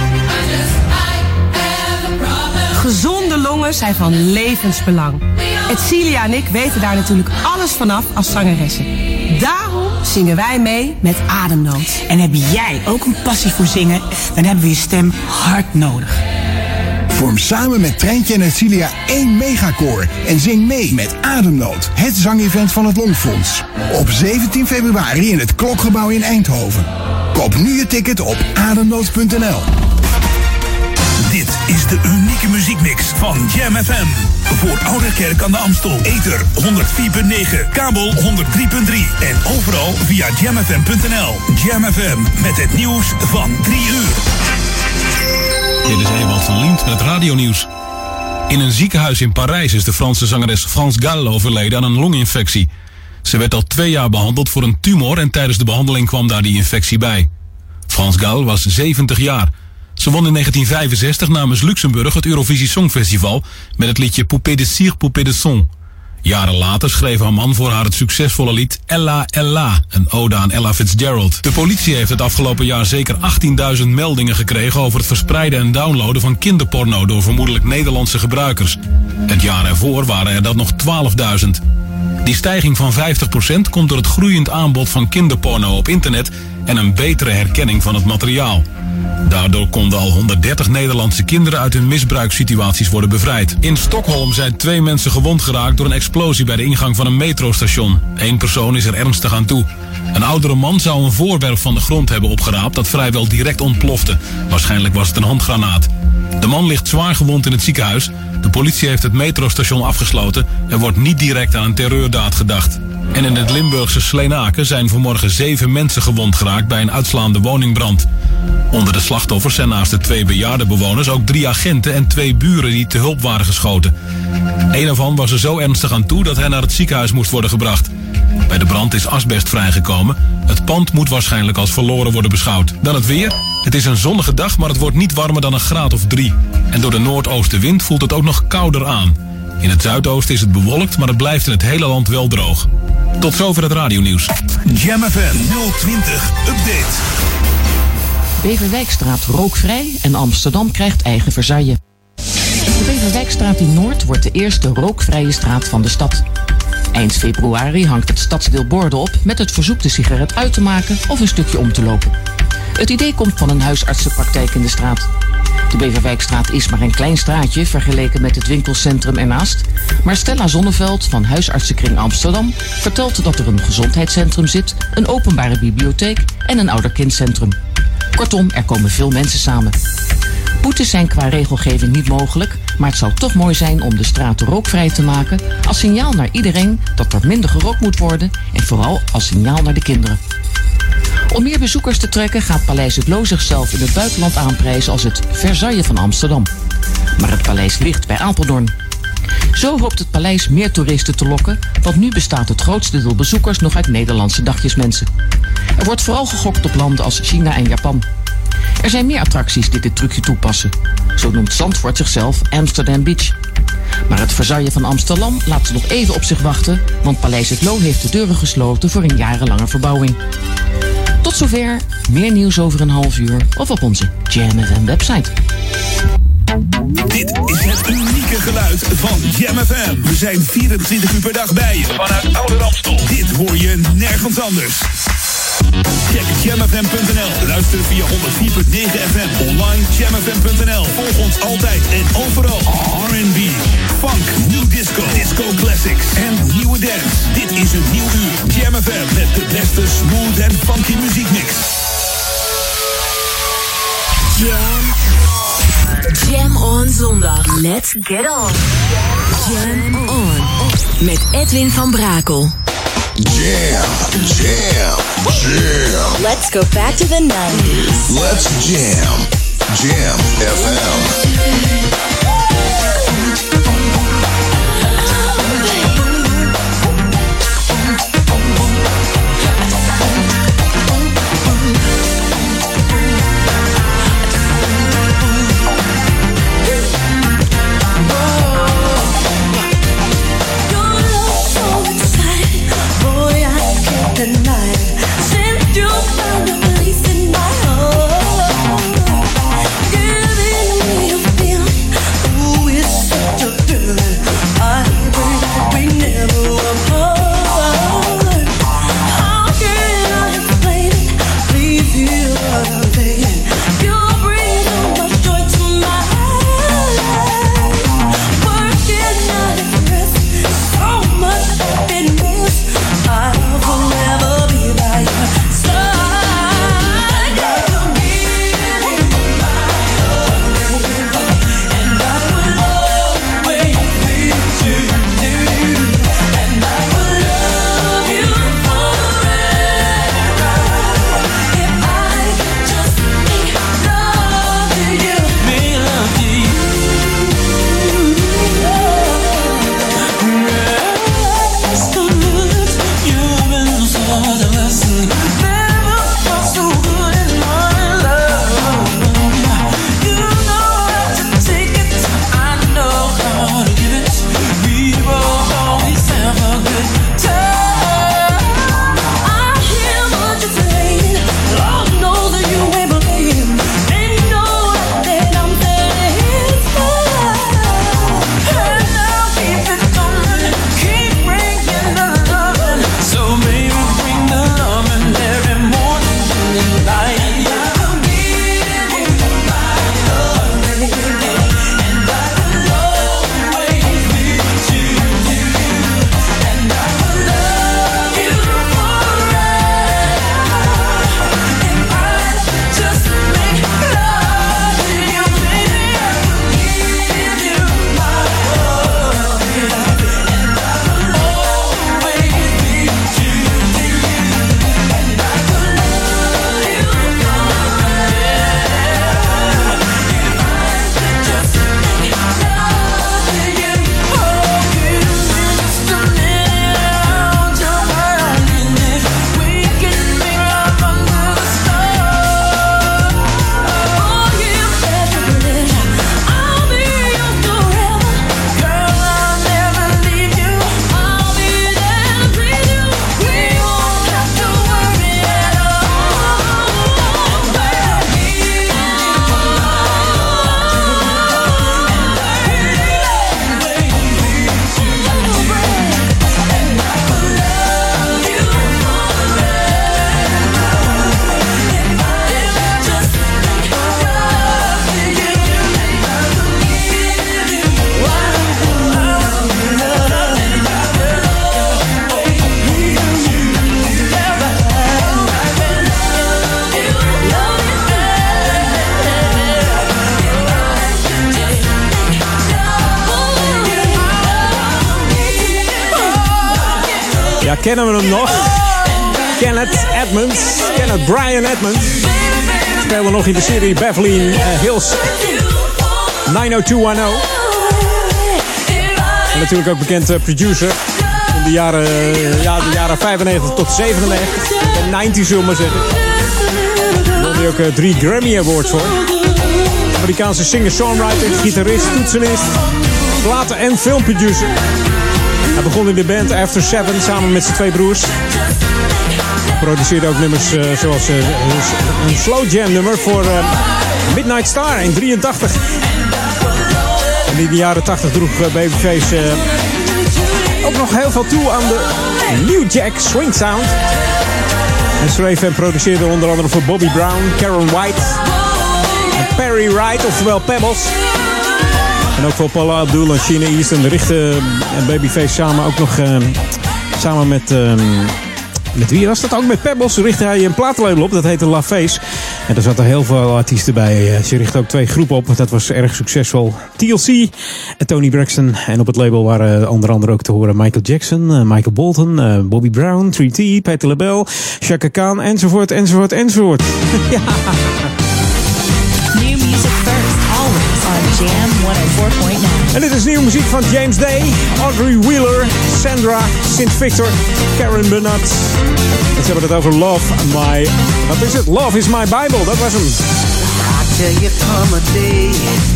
Gezonde longen zijn van levensbelang. Etcilia en ik weten daar natuurlijk alles vanaf als zangeressen. Daarom zingen wij mee met Ademnood. En heb jij ook een passie voor zingen, dan hebben we je stem hard nodig. Vorm samen met Treintje en Etcilia 1 megakoor en zing mee met Ademnood, het zangevent van het Longfonds. Op 17 februari in het Klokgebouw in Eindhoven. Koop nu je ticket op ademnood.nl. Dit is de unieke muziekmix van Jam FM. Voor Ouderkerk aan de Amstel. Ether 104.9, kabel 103.3 en overal via jamfm.nl. Jam FM met het nieuws van 3 uur. Dit is Ewald van Liemt met radionieuws. In een ziekenhuis in Parijs is de Franse zangeres France Gall overleden aan een longinfectie. Ze werd al 2 jaar behandeld voor een tumor en tijdens de behandeling kwam daar die infectie bij. France Gall was 70 jaar. Ze won in 1965 namens Luxemburg het Eurovisie Songfestival met het liedje Poupée de cire, Poupée de son. Jaren later schreef haar man voor haar het succesvolle lied Ella Ella, een ode aan Ella Fitzgerald. De politie heeft het afgelopen jaar zeker 18.000 meldingen gekregen over het verspreiden en downloaden van kinderporno door vermoedelijk Nederlandse gebruikers. Het jaar ervoor waren er dat nog 12.000. Die stijging van 50% komt door het groeiend aanbod van kinderporno op internet en een betere herkenning van het materiaal. Daardoor konden al 130 Nederlandse kinderen uit hun misbruikssituaties worden bevrijd. In Stockholm zijn 2 mensen gewond geraakt door een explosie bij de ingang van een metrostation. 1 persoon is er ernstig aan toe. Een oudere man zou een voorwerp van de grond hebben opgeraapt dat vrijwel direct ontplofte. Waarschijnlijk was het een handgranaat. De man ligt zwaar gewond in het ziekenhuis. De politie heeft het metrostation afgesloten. Er wordt niet direct aan een terreurdaad gedacht. En in het Limburgse Sleenaken zijn vanmorgen 7 mensen gewond geraakt bij een uitslaande woningbrand. Onder de slachtoffers zijn naast de 2 bejaarde bewoners ook 3 agenten en 2 buren die te hulp waren geschoten. Een ervan was er zo ernstig aan toe dat hij naar het ziekenhuis moest worden gebracht. Bij de brand is asbest vrijgekomen. Het pand moet waarschijnlijk als verloren worden beschouwd. Dan het weer. Het is een zonnige dag, maar het wordt niet warmer dan een graad of 3. En door de noordoostenwind voelt het ook nog kouder aan. In het zuidoosten is het bewolkt, maar het blijft in het hele land wel droog. Tot zover het radionieuws. Jam FM 020 Update. Beverwijkstraat rookvrij en Amsterdam krijgt eigen Versailles. De Beverwijkstraat in Noord wordt de eerste rookvrije straat van de stad. Eind februari hangt het stadsdeel borden op met het verzoek de sigaret uit te maken of een stukje om te lopen. Het idee komt van een huisartsenpraktijk in de straat. De Beverwijkstraat is maar een klein straatje vergeleken met het winkelcentrum ernaast. Maar Stella Zonneveld van Huisartsenkring Amsterdam vertelt dat er een gezondheidscentrum zit, een openbare bibliotheek en een ouderkindcentrum. Kortom, er komen veel mensen samen. Boetes zijn qua regelgeving niet mogelijk, maar het zou toch mooi zijn om de straat rookvrij te maken als signaal naar iedereen dat er minder gerookt moet worden en vooral als signaal naar de kinderen. Om meer bezoekers te trekken gaat Paleis het Loo zichzelf in het buitenland aanprijzen als het Versailles van Amsterdam. Maar het paleis ligt bij Apeldoorn. Zo hoopt het paleis meer toeristen te lokken, want nu bestaat het grootste deel bezoekers nog uit Nederlandse dagjesmensen. Er wordt vooral gegokt op landen als China en Japan. Er zijn meer attracties die dit trucje toepassen. Zo noemt Zandvoort zichzelf Amsterdam Beach. Maar het Versailles van Amsterdam laat nog even op zich wachten, want Paleis het Loo heeft de deuren gesloten voor een jarenlange verbouwing. Tot zover, meer nieuws over een half uur of op onze Jam FM website. Dit is het unieke geluid van Jam FM. We zijn 24 uur per dag bij je vanuit Oude Ramstel. Dit hoor je nergens anders. Check jamfm.nl. Luister via 104.9 FM. Online jamfm.nl. Volg ons altijd en overal. R&B, funk, new disco, disco classics en nieuwe dance. Dit is een nieuw uur. Jam FM met de beste smooth en funky muziekmix. Jam on zondag. Let's get on. Jam on. Met Edwin van Brakel. Jam, jam, jam. Let's go back to the 90s. Let's jam. Jam FM. Since you found a place in my heart, giving me a feeling. Ja, kennen we hem nog? Kenneth Brian Edmonds. Speelde nog in de serie Beverly Hills 90210. En natuurlijk ook bekend producer in de jaren 95 tot 97. De 90's zullen we maar zeggen. Daar won hij ook 3 Grammy Awards voor. Amerikaanse singer-songwriter, gitarist, toetsenist, platen- en filmproducer. Hij begon in de band After Seven samen met zijn 2 broers. Hij produceerde ook nummers zoals een slow jam nummer voor Midnight Star in 83. En in de jaren 80 droeg Babyface ook nog heel veel toe aan de New Jack Swing Sound. En schreef en produceerde onder andere voor Bobby Brown, Karen White en Perry Wright, oftewel Pebbles. En ook voor Paula Abdul en Sheena Easton richtte Babyface samen ook nog samen met wie was dat ook? Met Pebbles richtte hij een platenlabel op. Dat heette La Face. En daar zaten heel veel artiesten bij. Ze richtte ook 2 groepen op. Dat was erg succesvol. TLC en Tony Braxton. En op het label waren onder andere ook te horen Michael Jackson, Michael Bolton, Bobby Brown, 3T, Patti LaBelle, Chaka Khan, enzovoort. Ja. New music first, always on Jam 104.9. En dit is nieuwe muziek van James Day, Audrey Wheeler, Sandra, St. Victor, Karen Burnett. En ze hebben het over Love My... Wat is het? Love is My Bible, dat was hem. I tell you come a day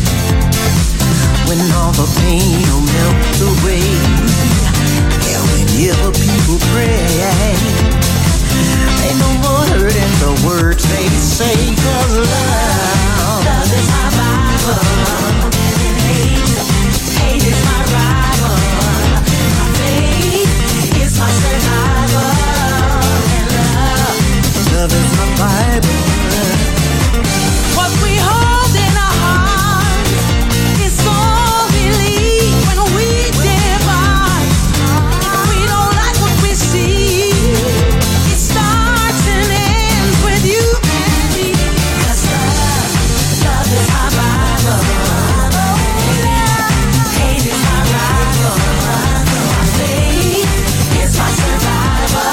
when all the pain will melt away. Yeah, whenever people pray, ain't no more hurt in the words they say. 'Cause love is my Bible. Hate is my rival. My faith is my survival. And love is my Bible. What we hold in our hearts is all we leave when we divide. If we don't like what we see, it starts and ends with you and me. 'Cause love is my Bible. Hate is my rival. My faith is my survival.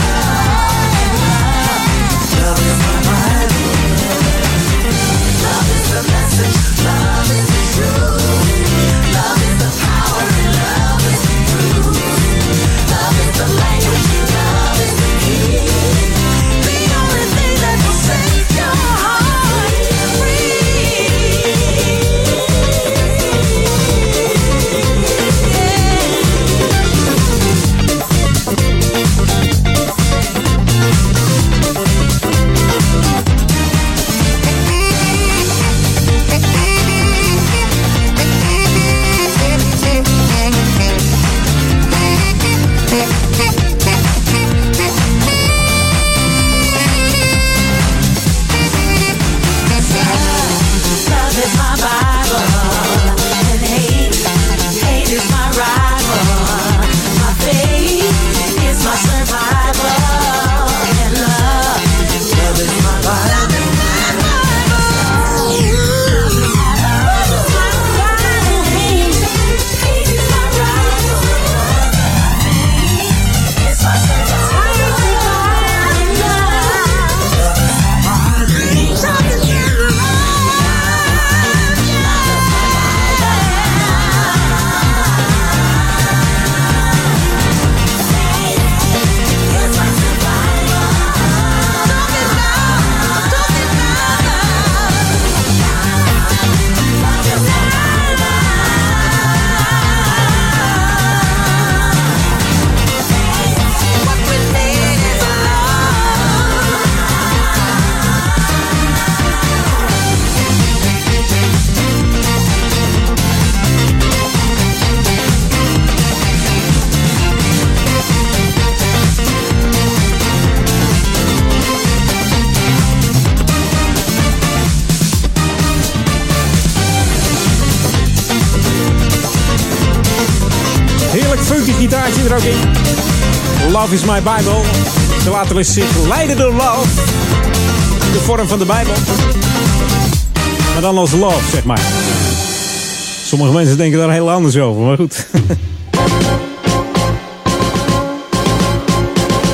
Love is my Bible. Love is the message, love is the truth. Love is the power and love is the truth. Love is the language, love is the key. The only thing that will set your heart free. Love is my Bible, and hate is my rival. My faith is my survival, and love is my Bible. Heerlijk funky gitaartje er ook in. Love is my Bible. Ze laten zich leiden door love. De vorm van de Bijbel. Maar dan als love, zeg maar. Sommige mensen denken daar heel anders over, maar goed.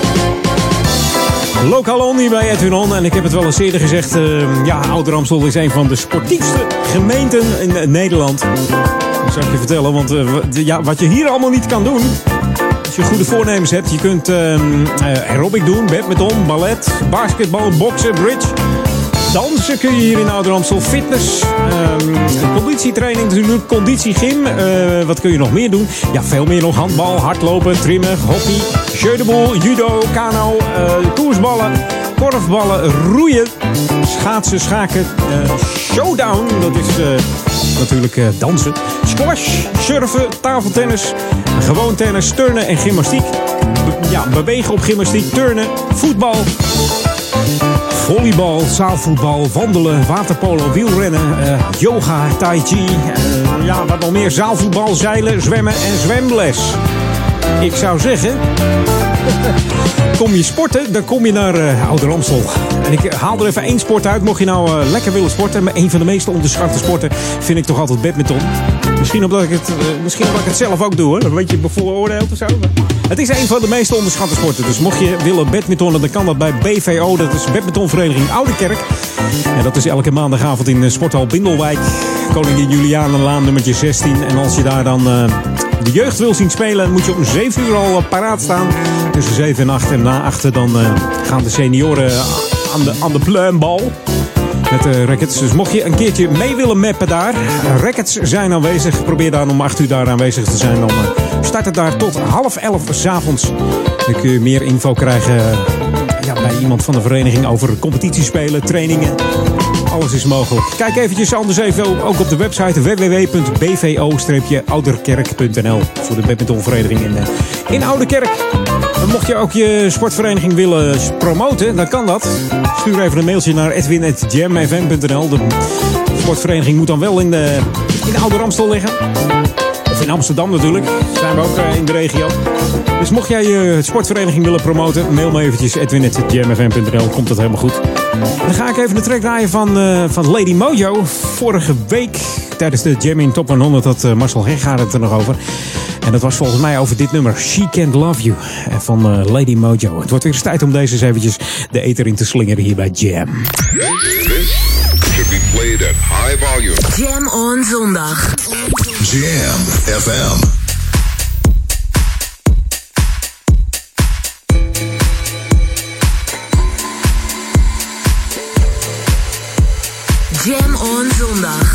Lokaal On hier bij Edwin On. En ik heb het wel eens eerder gezegd. Ouder-Amstel is een van de sportiefste gemeenten in Nederland. Dat zou ik je vertellen. Want wat je hier allemaal niet kan doen. Als je goede voornemens hebt. Je kunt aerobic doen, badminton, ballet, basketbal, boksen, bridge. Dansen kun je hier in Ouder-Amstel. Fitness, conditietraining natuurlijk, conditiegym. Wat kun je nog meer doen? Ja, veel meer nog. Handbal, hardlopen, trimmen, hockey, jeu de boel, judo, kano, koersballen, korfballen, roeien, schaatsen, schaken, showdown. Dat is natuurlijk dansen. Squash, surfen, tafeltennis, gewoon tennis, turnen en gymnastiek. Bewegen op gymnastiek, turnen, voetbal. Volleybal, zaalvoetbal, wandelen, waterpolo, wielrennen, yoga, tai chi. Wat nog meer? Zaalvoetbal, zeilen, zwemmen en zwemles. Ik zou zeggen, kom je sporten, dan kom je naar Ouder-Amstel. En ik haal er even één sport uit. Mocht je nou lekker willen sporten, maar een van de meest onderschatte sporten vind ik toch altijd badminton. Misschien omdat ik het zelf ook doe, hoor. Een beetje bevooroordeeld of zo. Het is een van de meest onderschatte sporten. Dus mocht je willen badmintonnen, dan kan dat bij BVO. Dat is Badmintonvereniging Ouderkerk. En dat is elke maandagavond in Sporthal Bindelwijk. Koningin Julianenlaan nummertje 16. En als je daar dan de jeugd wil zien spelen, moet je om 7 uur al paraat staan. Tussen 7 en 8. En na 8 dan gaan de senioren aan de pluimbal. Met rackets. Dus mocht je een keertje mee willen mappen daar. Rackets zijn aanwezig. Probeer dan om 8 uur daar aanwezig te zijn. Dan start het daar tot 10:30 s'avonds. Dan kun je meer info krijgen bij iemand van de vereniging over competitiespelen, trainingen. Alles is mogelijk. Kijk eventjes anders even ook op de website www.bvo-ouderkerk.nl voor de badmintonvereniging in Ouderkerk. En mocht je ook je sportvereniging willen promoten, dan kan dat. Stuur even een mailtje naar edwin@jamfm.nl. De sportvereniging moet dan wel in Ouder-Amstel liggen. Of in Amsterdam natuurlijk. Zijn we ook in de regio. Dus mocht jij je sportvereniging willen promoten, mail me eventjes edwin@jamfm.nl. Komt dat helemaal goed. Dan ga ik even de track draaien van Lady Mojo. Vorige week tijdens de Jam in Top 100 had Marcel Heggaard het er nog over. En dat was volgens mij over dit nummer, She Can't Love You, van Lady Mojo. Het wordt weer eens tijd om deze eens eventjes de ether in te slingeren hier bij Jam. This should be played at high volume. Jam on zondag. Jam FM. Jam on zondag.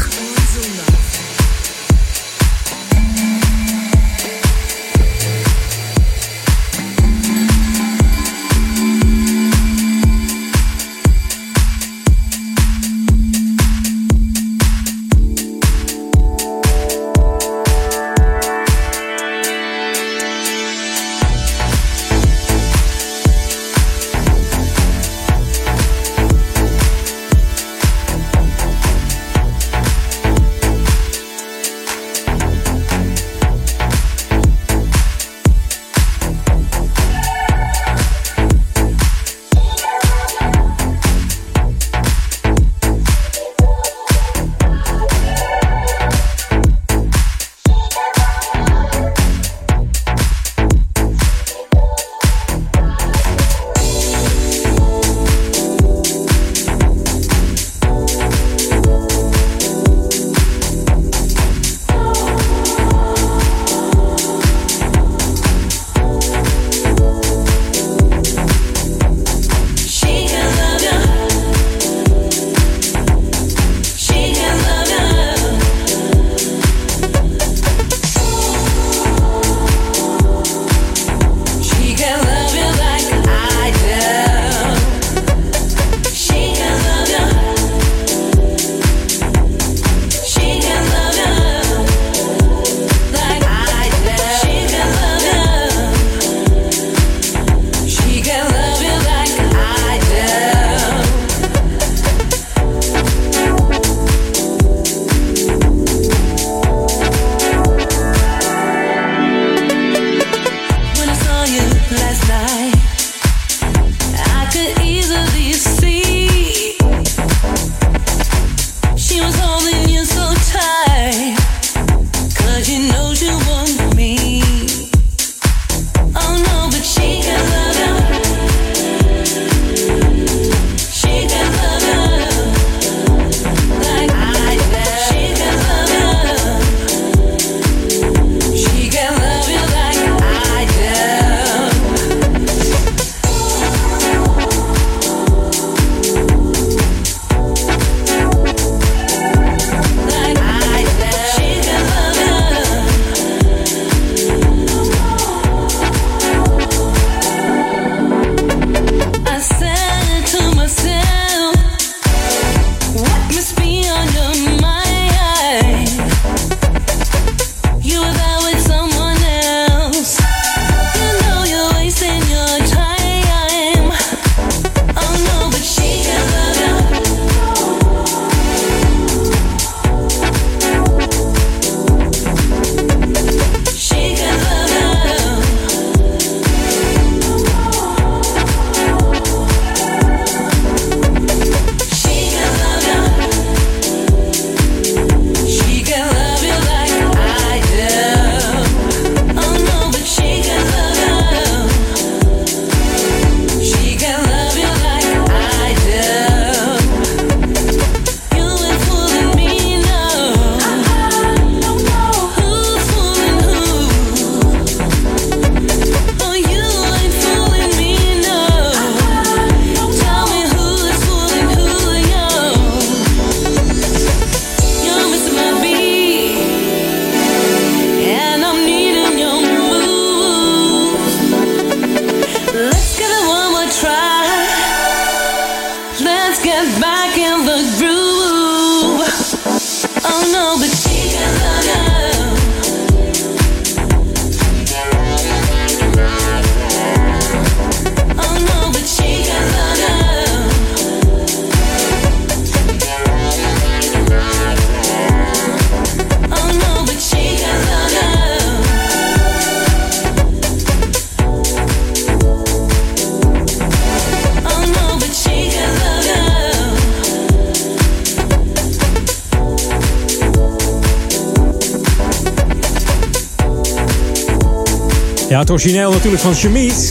Ja, het origineel natuurlijk van Shamit.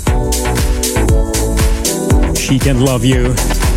She Can't Love You.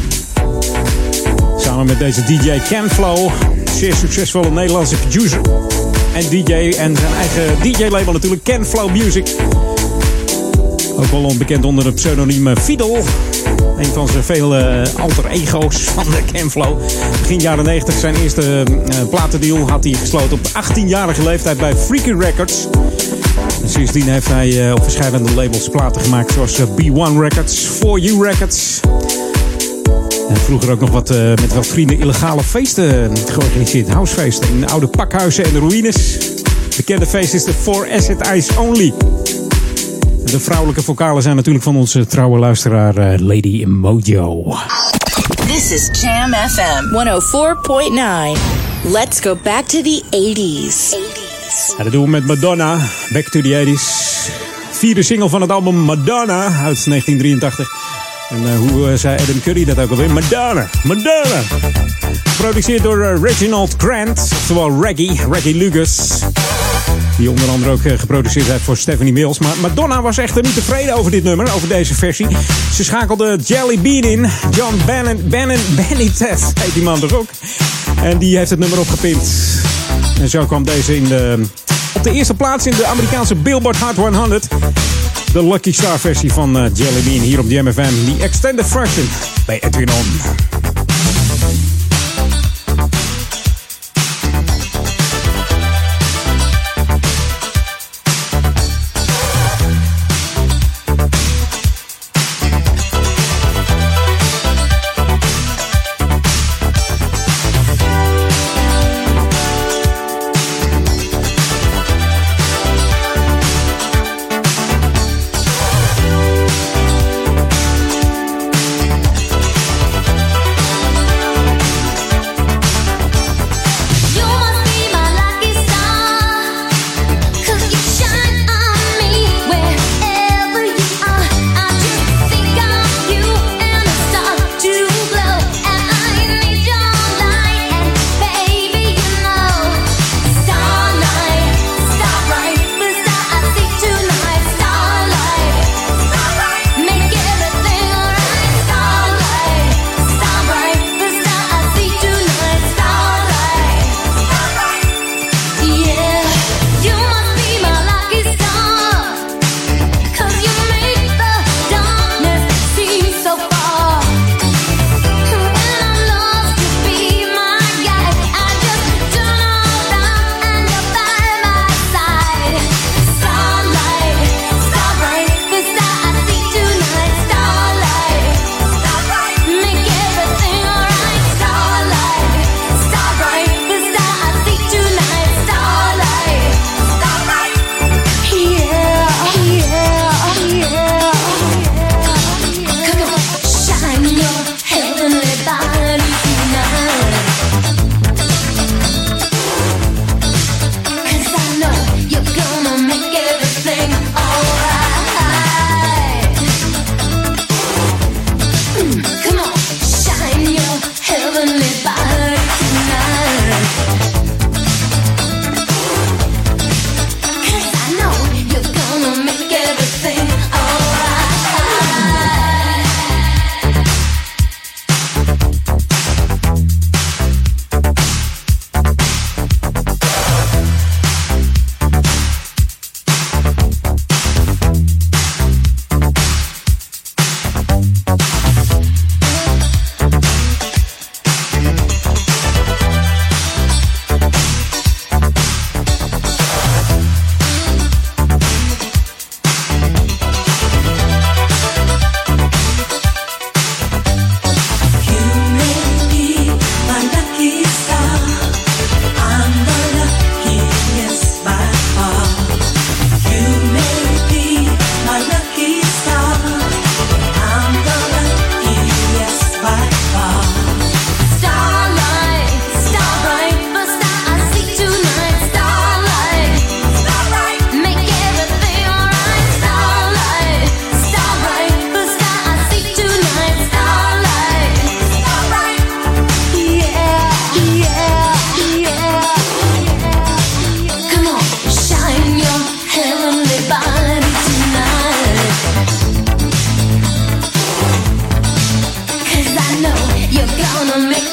Samen met deze DJ Kenflow. Zeer succesvolle Nederlandse producer. En DJ en zijn eigen DJ-label natuurlijk, Kenflow Music. Ook wel onbekend onder het pseudoniem Fidel. Een van zijn vele alter ego's van de Kenflow. Begin jaren 90 zijn eerste platendeal had hij gesloten op 18-jarige leeftijd bij Freaky Records. En sindsdien heeft hij op verschillende labels platen gemaakt, zoals B1 Records, 4U Records. En vroeger ook nog met wat vrienden illegale feesten georganiseerd. Housefeesten in oude pakhuizen en ruïnes. Bekende feest is de 4 Acid Eyes Only. De vrouwelijke vocalen zijn natuurlijk van onze trouwe luisteraar Lady Mojo. This is Jam FM 104.9. Let's go back to the 80s. Ja, dat doen we met Madonna. Back to the 80s. Vierde single van het album Madonna uit 1983. En hoe zei Adam Curry dat ook alweer? Madonna, Madonna. Geproduceerd door Reginald Grant, oftewel Reggie Lucas. Die onder andere ook geproduceerd heeft voor Stephanie Mills. Maar Madonna was echter niet tevreden over dit nummer, over deze versie. Ze schakelde Jelly Bean in. John Benitez heet die man toch ook. En die heeft het nummer opgepimpt. En zo kwam deze op de eerste plaats in de Amerikaanse Billboard Hot 100. De Lucky Star versie van Jelly Bean hier op de MFM. Die extended version bij Edwin On.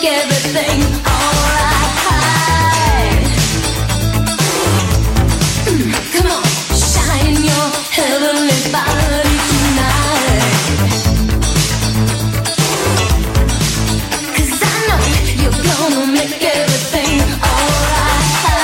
everything alright. Come on, shine your heavenly body tonight. 'Cause I know you're gonna make everything alright.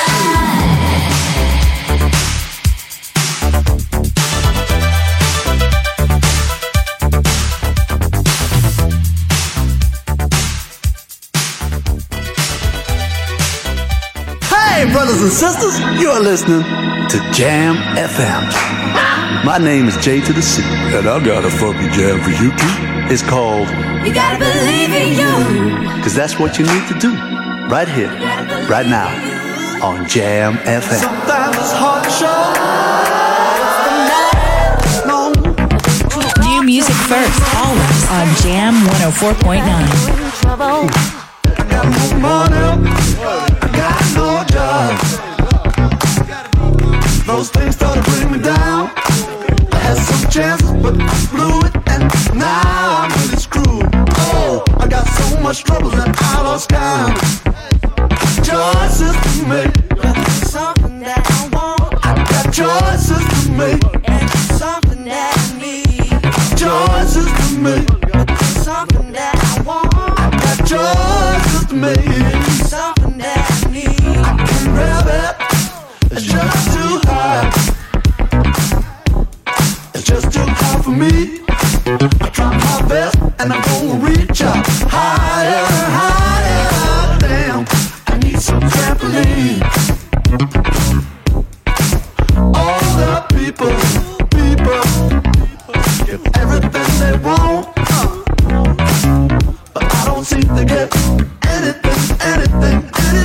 Hey, brothers and sisters, you're listening to Jam FM. My name is J to the C, and I got a funky jam for you too. It's called You gotta believe in you. Because that's what you need to do, right here, right now, on Jam FM. Sometimes it's hard to show. New music first, always on Jam 104.9. No job. Those things started to bring me down. I had some chances, but I blew it, and now I'm really screwed. Oh, I got so much trouble that I lost count. Choices to make, something that I want. I got choices to make, something that I need. Choices to make, something that I want. I got choices to make, something that I need. I can grab it, it's just too high. It's just too high for me. I try my best and I'm gonna reach up higher, higher. Damn, I need some trampoline. All the people get everything they want, but I don't seem to get anything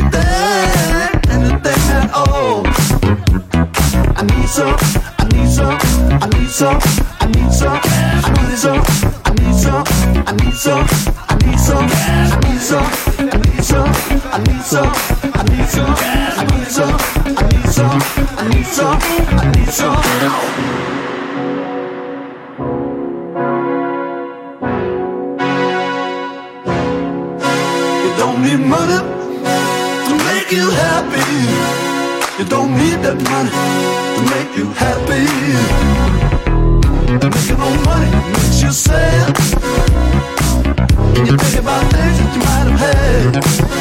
at all. I need some, I need some, I need some, I need some, I need some, I need some, I need some, I need some, I need some, I need some, I need some, I need some, I need some, I need some, I need some, I need some. You don't need money to make you happy. You don't need that money to make you happy. Making no money makes you sad, and you think about things that you might have had.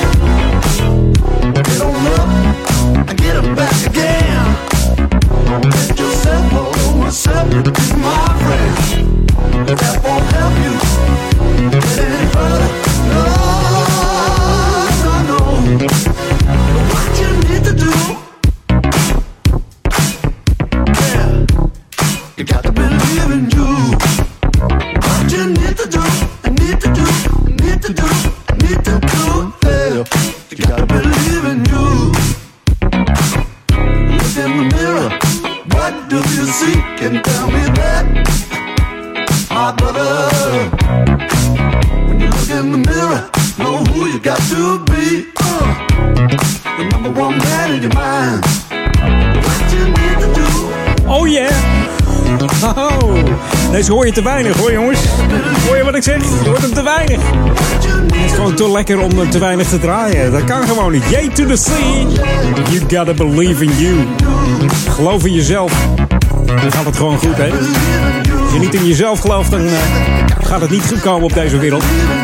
Get on up and get them back again. Let yourself hold yourself, my friend. That won't help you get any further. No, no, no. What you need to do, you got to believe in you. What you need to do, I need to do, I need to do, I need to do. Yeah. You got to believe in you. Look in the mirror, what do you see? Can you tell me that, my brother? When you look in the mirror, know who you got to be. The number one man in your mind. What you need to do. Oh yeah. Oh, deze hoor je te weinig hoor jongens. Hoor je wat ik zeg? Je hoort hem te weinig. Het is gewoon te lekker om hem te weinig te draaien. Dat kan gewoon niet. J to the C. You gotta believe in you. Geloof in jezelf. Dan gaat het gewoon goed, hè. Als je niet in jezelf gelooft, dan gaat het niet goed komen op deze wereld.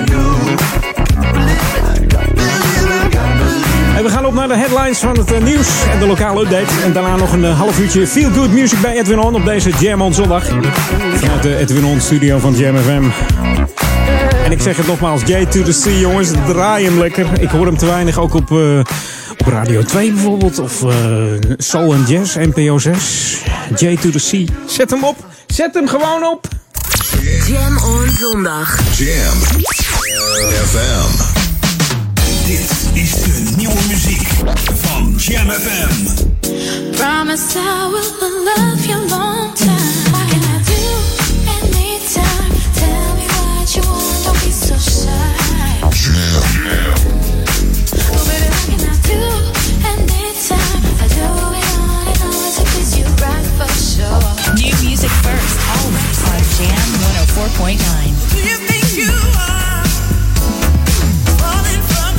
En we gaan op naar de headlines van het nieuws en de lokale update. En daarna nog een half uurtje Feel Good Music bij Edwin On op deze Jam On zondag. Vanuit de Edwin On studio van Jam FM. En ik zeg het nogmaals, J to the C jongens, draai hem lekker. Ik hoor hem te weinig, ook op Radio 2 bijvoorbeeld. Of Soul and Jazz, NPO 6. J to the C. Zet hem op, zet hem gewoon op. Jam On zondag. Jam FM. Dit is de nieuwe muziek van Jam FM. Promise I will love you long time. What can I do anytime? Tell me what you want, don't be so shy. Jam. Oh baby, what can I do anytime? I do it on and on to please you right for sure. New music first, always on Jam 104.9. Do you think you are falling from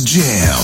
Jam.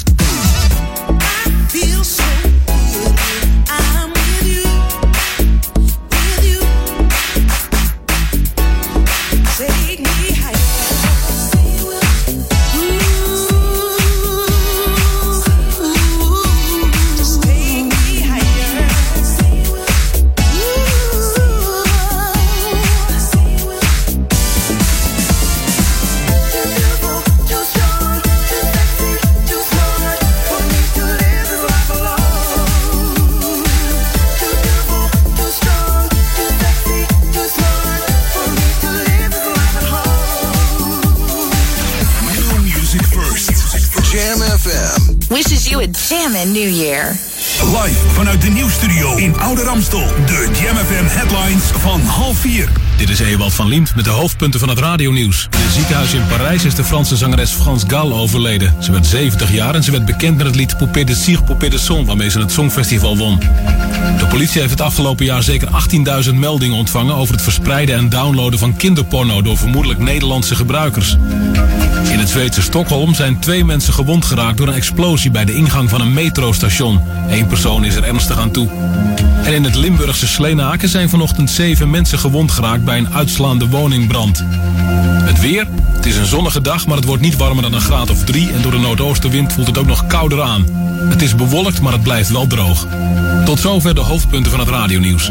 Wishes you a jammin' New Year. Live vanuit de nieuwsstudio in Oude Ramstel. De Jam FM headlines van 3:30. Dit is Ewald van Liemt met de hoofdpunten van het radionieuws. In een ziekenhuis in Parijs is de Franse zangeres France Gall overleden. Ze werd 70 jaar en ze werd bekend met het lied Poupée de Cire, Poupée de Son, waarmee ze het Songfestival won. De politie heeft het afgelopen jaar zeker 18.000 meldingen ontvangen over het verspreiden en downloaden van kinderporno door vermoedelijk Nederlandse gebruikers. In het Zweedse Stockholm zijn 2 mensen gewond geraakt door een explosie bij de ingang van een metrostation. 1 persoon is er ernstig aan toe. En in het Limburgse Sleenaken zijn vanochtend 7 mensen gewond geraakt bij een uitslaande woningbrand. Het weer? Het is een zonnige dag, maar het wordt niet warmer dan een graad of 3 en door de noordoostenwind voelt het ook nog kouder aan. Het is bewolkt, maar het blijft wel droog. Tot zover de hoofdpunten van het radionieuws.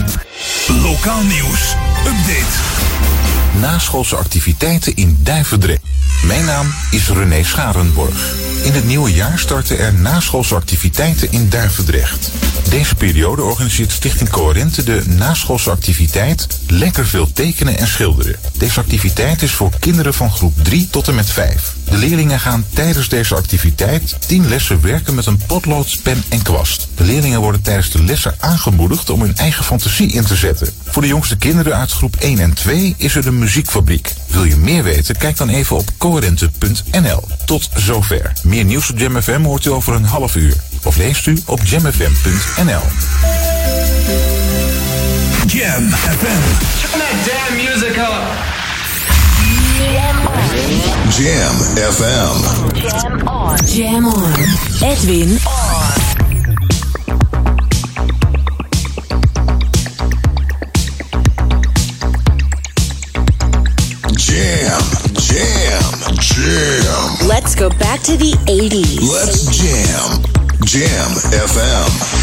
Lokaal nieuws. Update. Naschoolse activiteiten in Duivendrecht. Mijn naam is René Scharenborg. In het nieuwe jaar starten er naschoolse activiteiten in Duivendrecht. Deze periode organiseert Stichting Coherente de naschoolse activiteit Lekker veel tekenen en schilderen. Deze activiteit is voor kinderen van groep 3 tot en met 5. De leerlingen gaan tijdens deze activiteit 10 lessen werken met een potlood, pen en kwast. De leerlingen worden tijdens de lessen aangemoedigd om hun eigen fantasie in te zetten. Voor de jongste kinderen uit groep 1 en 2 is er de muziekfabriek. Wil je meer weten? Kijk dan even op coherente.nl. Tot zover. Meer nieuws op Jam FM hoort u over een half uur. Of leest u op jamfm.nl. Jam FM. Turn that damn music up. Jam FM. Jam on. Jam on. Edwin on. Jam, jam, jam. Let's go back to the 80s. Let's jam. Jam FM.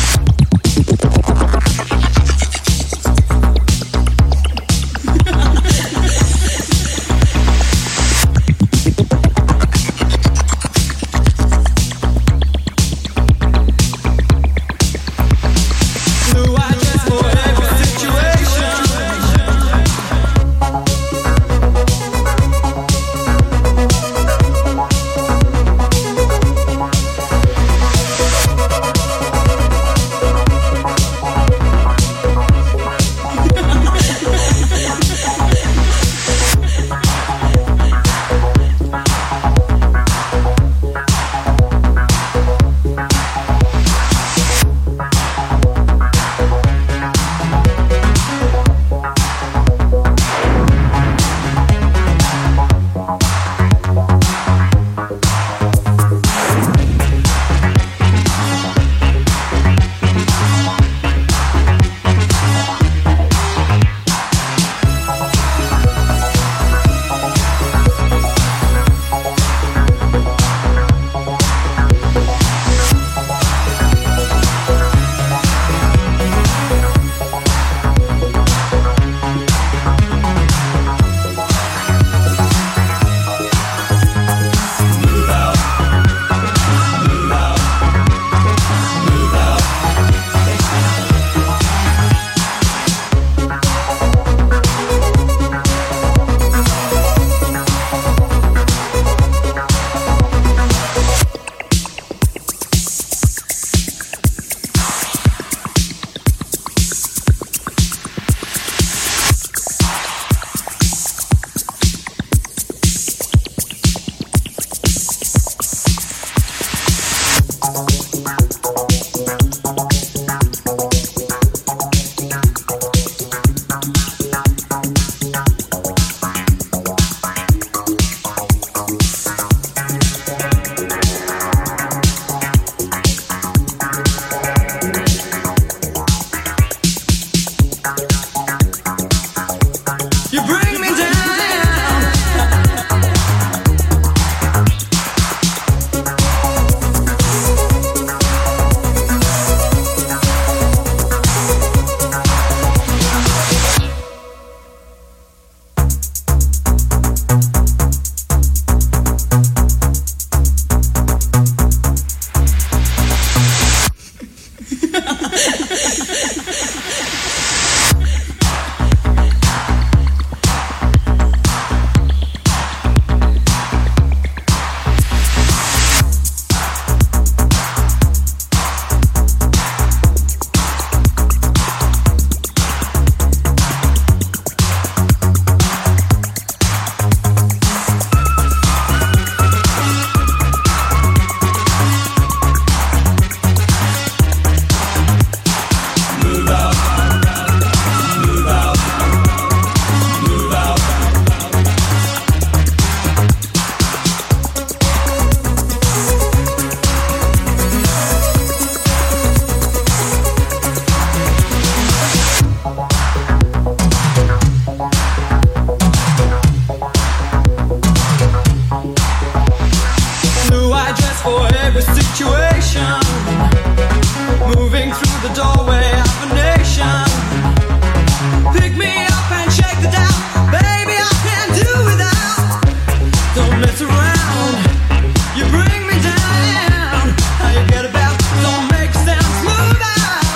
right dress for every situation. Moving through the doorway of a nation. Pick me up and shake the down. Baby, I can't do without. Don't mess around. You bring me down. How you get about? Don't make sense. Move out.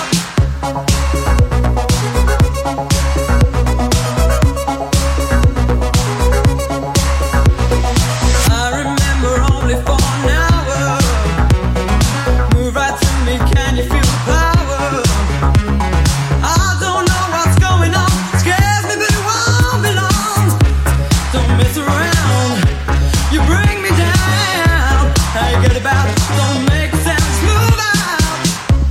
I remember only for an hour. Move right through me. Can you feel the power? I don't know what's going on. Scares me, but it won't be long. Don't mess around. You bring me down. How you get about? Don't make sense. Move out.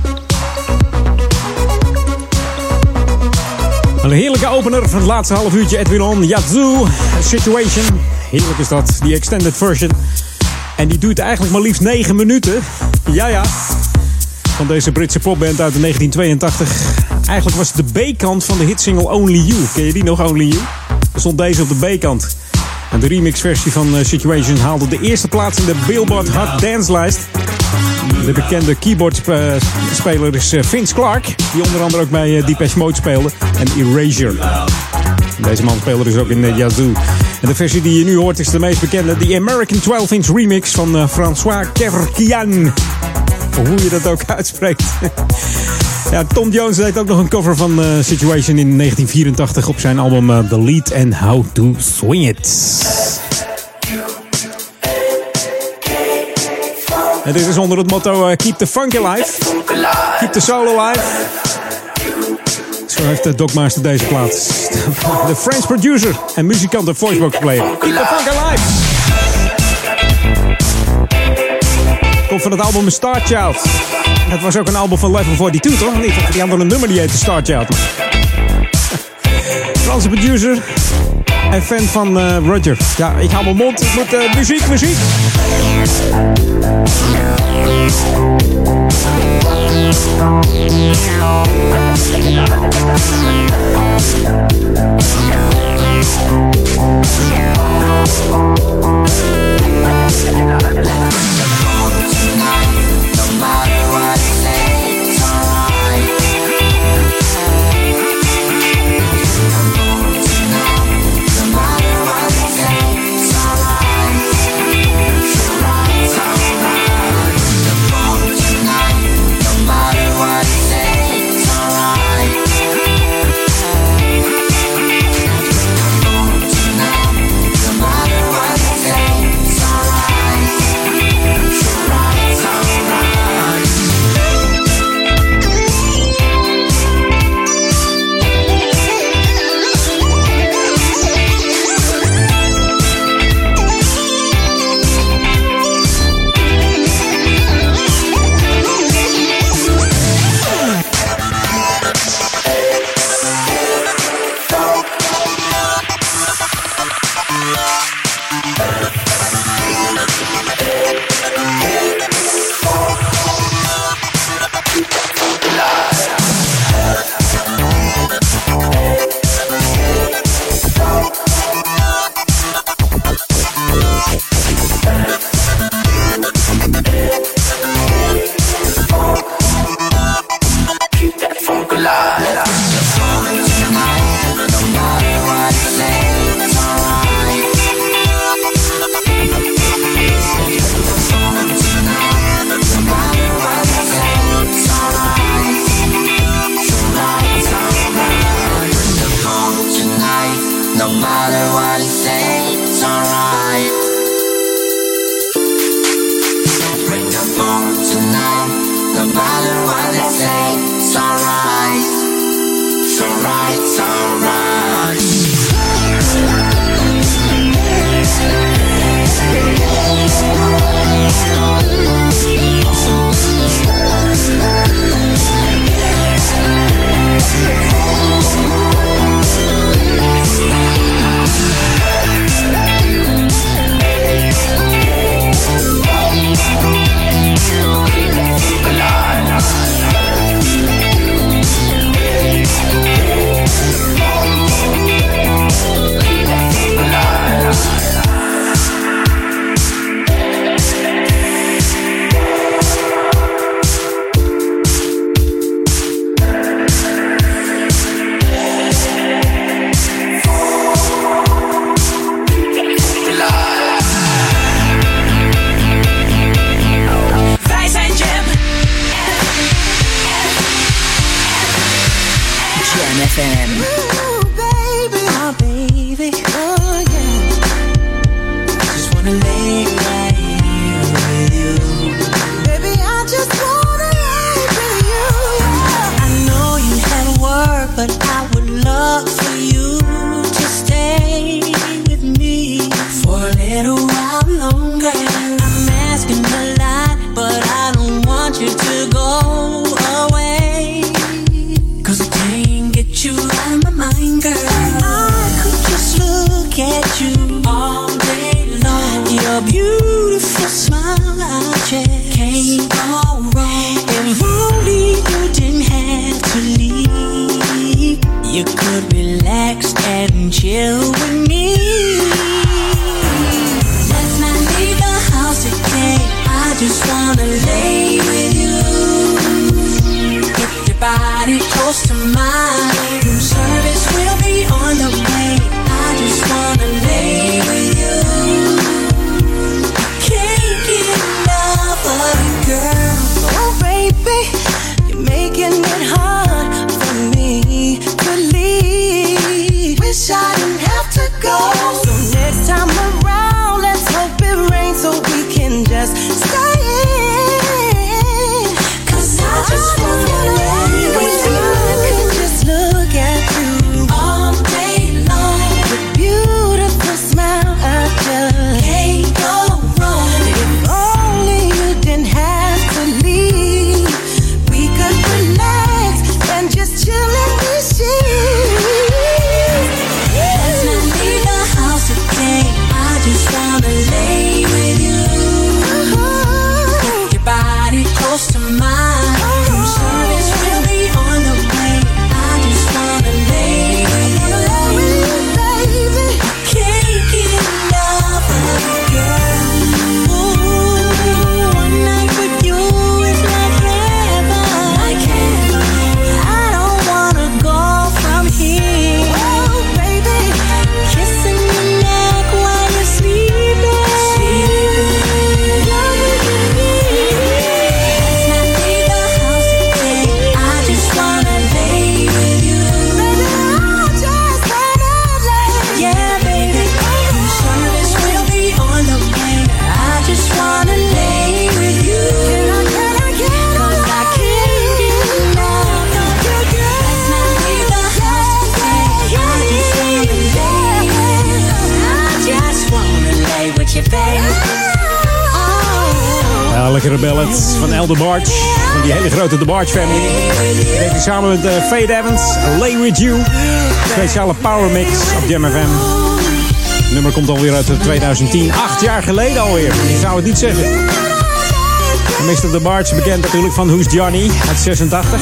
Een heerlijke opener van het laatste half uurtje. Edwin On, Yazoo, Situation. Heerlijk is dat, die extended version. En die duurt eigenlijk maar liefst 9 minuten. Ja. Van deze Britse popband uit 1982. Eigenlijk was het de B-kant van de hitsingle Only You. Ken je die nog, Only You? Er stond deze op de B-kant. En de remixversie van Situation haalde de eerste plaats in de Billboard Hot Dance lijst. De bekende keyboardspeler is Vince Clark, die onder andere ook bij Depeche Mode speelde. En Erasure. Deze man speelde dus ook in Yazoo. En de versie die je nu hoort is de meest bekende. De American 12-inch remix van François Kevorkian. Hoe je dat ook uitspreekt. Ja, Tom Jones deed ook nog een cover van Situation in 1984 op zijn album The Lead and How to Swing It. En dit is onder het motto Keep the Funk Alive. Keep the Soul Alive. Zo heeft Doc Master deze plaat. De French producer en muzikant en voicebox player. Keep the Funk Alive. Komt van het album Star Child. Het was ook een album van Level 42, toch? Niet? Die hadden een nummer die heette Star Child. Franse producer en fan van Roger. Ja, ik hou mijn mond. Ik moet muziek. just can't go wrong. If only you didn't have to leave, you could relax and chill with me. Let's not leave the house today. I just wanna lay with you. Get your body close to mine. Room service will be on the way. I just wanna lay with you. Can't get enough of you, girl. Oh baby, you're making it hard for me to leave. Wish I didn't have to go. So next time around, let's hope it rains so we can just stay in. 'Cause I just wanna lay with you. I could just look at you all day long. The beautiful smile, I just can't go wrong. If only you didn't have to leave, we could relax and just chill in the sheets. Let's not leave the house today. I just wanna lay with you. Put your body close to mine. Room service will be on the way. I just wanna lay with you, baby. Can't get enough of you, girl. Ooh, one night with you is like heaven. Like heaven. I don't wanna go from here. Oh, baby, kissing your neck while you're sleeping. Loving me. Let's not leave the house today. I just wanna lay with you. Baby, I just wanna lay. Yeah, baby. Room service will be on the way. I just wanna lay with you. Can I get 'cause I can't get enough of you, girl. Let's not leave the house today. I just wanna lay with you. I just wanna lay with you, baby. Ja, lekkere ballad van El DeBarge. Van die hele grote DeBarge family. Deed hij samen met Faith Evans. Lay With You. Speciale power mix op Jam FM. Het nummer komt alweer uit 2010. 8 jaar geleden alweer. Je zou het niet zeggen. Mr. DeBarge, bekend natuurlijk van Who's Johnny uit 86.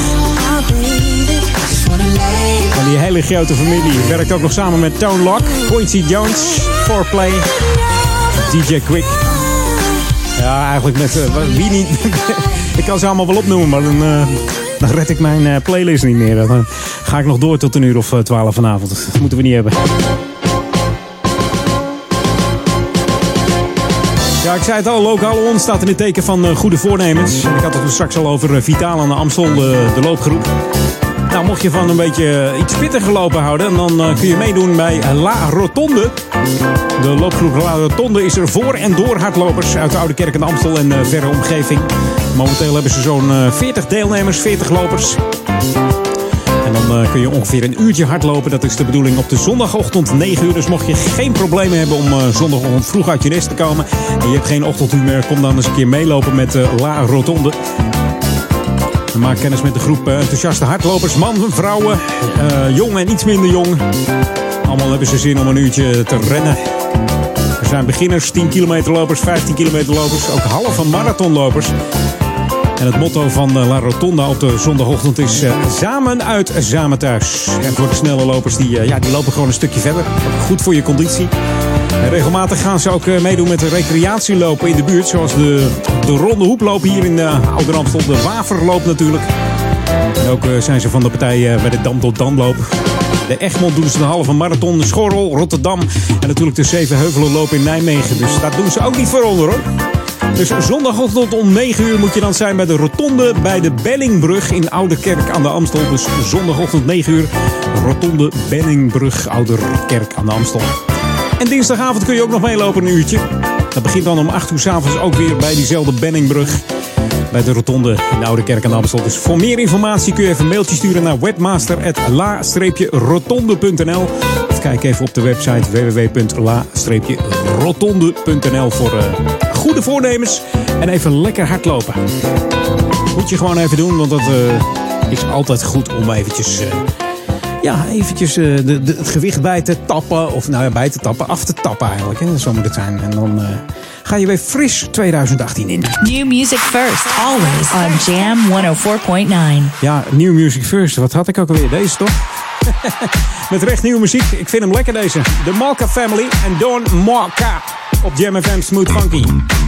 Van die hele grote familie. Werkt ook nog samen met Tone Loc, Quincy Jones, 4Play, DJ Quick. Ja, eigenlijk met wie niet. Ik kan ze allemaal wel opnoemen, maar dan red ik mijn playlist niet meer. Dan ga ik nog door tot 1:12 vanavond. Dat moeten we niet hebben. Ja, ik zei het al, Lokaal On staat in het teken van goede voornemens. Ik had het er straks al over Vitaal aan de Amstel, de loopgroep. Nou, mocht je van een beetje iets pittiger lopen houden, dan kun je meedoen bij La Rotonde. De loopgroep La Rotonde is er voor en door hardlopers uit de Oude Kerk en de Amstel en verre omgeving. Momenteel hebben ze zo'n 40 deelnemers, 40 lopers. En dan kun je ongeveer een uurtje hardlopen. Dat is de bedoeling op de zondagochtend 9 uur. Dus mocht je geen problemen hebben om zondagochtend vroeg uit je nest te komen en je hebt geen ochtendhumeur, kom dan eens een keer meelopen met La Rotonde. Maak kennis met de groep enthousiaste hardlopers, mannen, vrouwen, jong en iets minder jong. Allemaal hebben ze zin om een uurtje te rennen. Er zijn beginners, 10 kilometer lopers, 15 kilometer lopers, ook halve marathonlopers. En het motto van La Rotonda op de zondagochtend is samen uit, samen thuis. En voor de snelle lopers, die lopen gewoon een stukje verder. Goed voor je conditie. En regelmatig gaan ze ook meedoen met de recreatielopen in de buurt. Zoals de ronde hoeploop hier in Ouder Amstel. De Waverloop natuurlijk. En ook zijn ze van de partij bij de Dam tot Damloop. De Egmond doen ze de halve marathon. De Schorrel, Rotterdam. En natuurlijk de Zevenheuvelenloop in Nijmegen. Dus dat doen ze ook niet voor onder, hoor. Dus zondagochtend om 9 uur moet je dan zijn bij de Rotonde bij de Bellingbrug in Oude Kerk aan de Amstel. Dus zondagochtend 9 uur, Rotonde Bellingbrug, Oude Kerk aan de Amstel. En dinsdagavond kun je ook nog meelopen een uurtje. Dat begint dan om 8 uur 's avonds ook weer bij diezelfde Bellingbrug. Bij de Rotonde in de Oude Kerk aan de Amstel. Dus voor meer informatie kun je even een mailtje sturen naar webmaster@la-rotonde.nl. Of kijk even op de website www.la-rotonde.nl voor goede voornemens en even lekker hardlopen. Moet je gewoon even doen, want dat is altijd goed om eventjes ja, eventjes het gewicht bij te tappen. Of nou ja, bij te tappen, af te tappen eigenlijk. Hè. Zo moet het zijn. En dan ga je weer fris 2018 in. New music first, always on Jam 104.9. Ja, New Music First. Wat had ik ook alweer? Deze toch? Met recht nieuwe muziek. Ik vind hem lekker deze. The Malka Family en Don Malka op Jam FM Smooth Funky.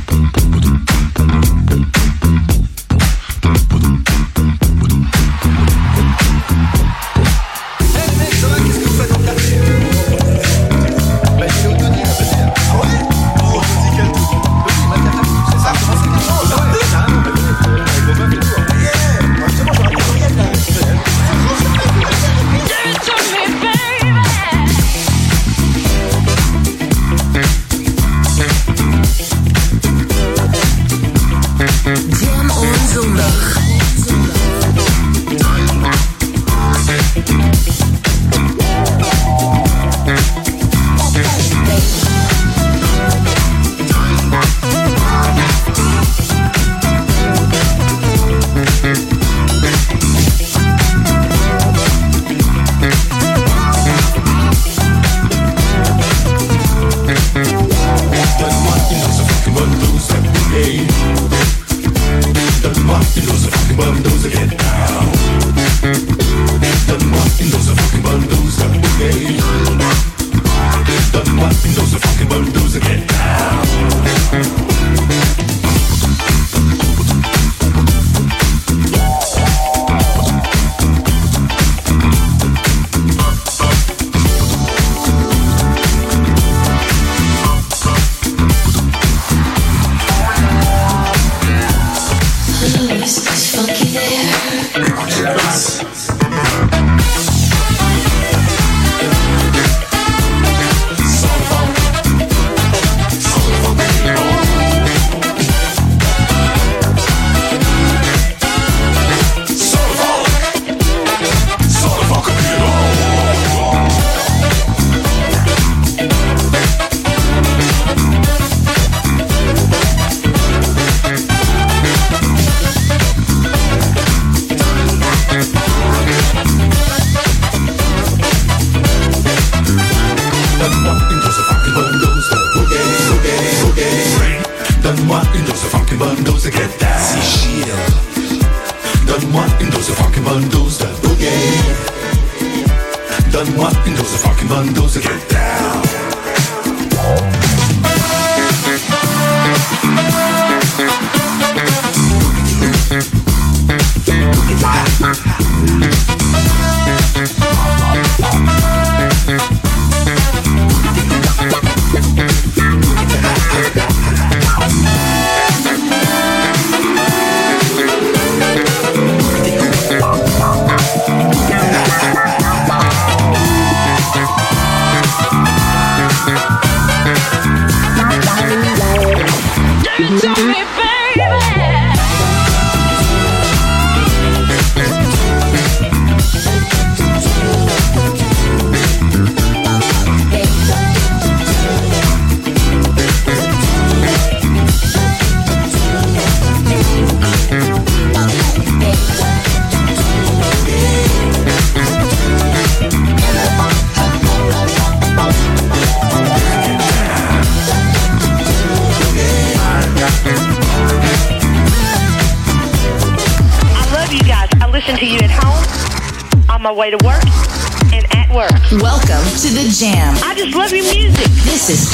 Way to work and at work. Welcome to the Jam. I just love your music. This is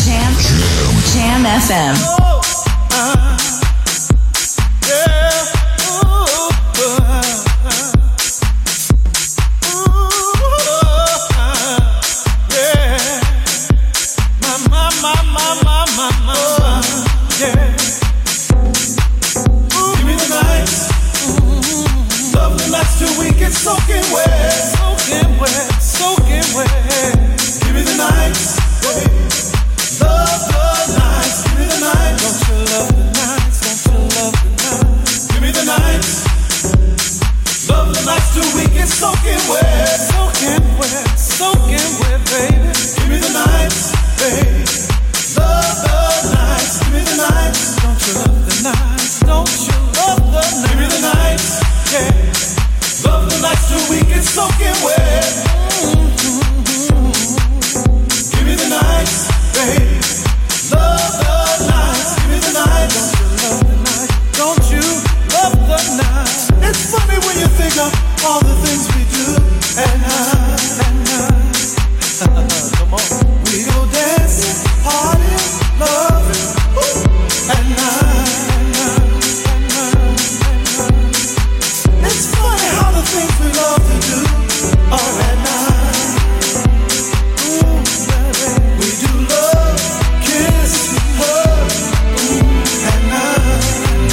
Jam FM. Love the nights, give me the night, don't you love the night? all the things we do at night. Come on. We go dancing, partying, loving, at night. It's funny how the things we love to do are at night. We do love, kiss, hug, at night.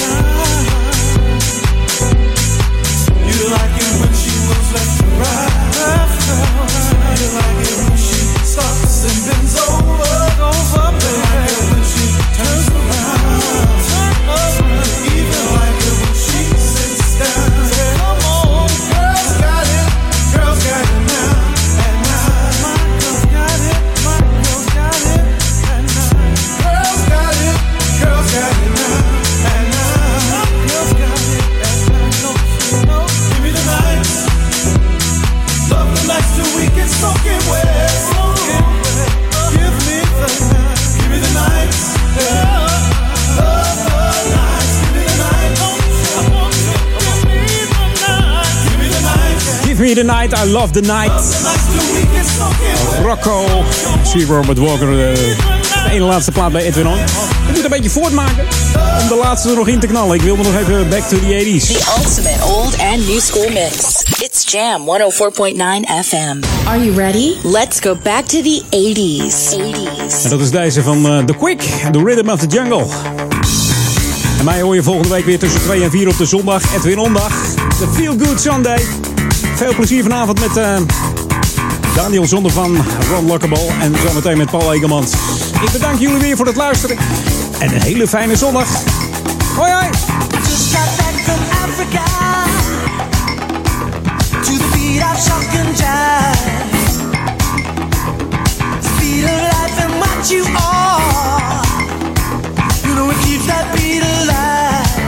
You like it when she moves left to right. You like it when she stops and bends over. You like it when she turns around. Even like it when she sits down. Come on, girls got it now. At night, my girls got it. Girls got it now. At night, girls got it. Give me the nights, love the nights till we get soaking wet. Give me the nights, give me the nights, love the nights. Give me the nights, give me the nights. Give me the night, I love the night. Rocco, zie Robert Walker, de ene laatste plaat bij Edwin On. Ik moet een beetje voortmaken om de laatste er nog in te knallen. Ik wilde nog even back to the 80s. The ultimate old and new school mix. It's Jam 104.9 FM. Are you ready? Let's go back to the 80s. En dat is deze van The Quick, The Rhythm of the Jungle. En mij hoor je volgende week weer tussen 2 en 4 op de zondag. Edwin Ondag, The Feel Good Sunday. Veel plezier vanavond met Daniel Zonder van Ron Lockable en zometeen met Paul Egelmans. Ik bedank jullie weer voor het luisteren en een hele fijne zondag. Hoi hoi! Just got back from Africa to the beat of shock and jive. Speed of life and what you are. You know it keeps that beat alive.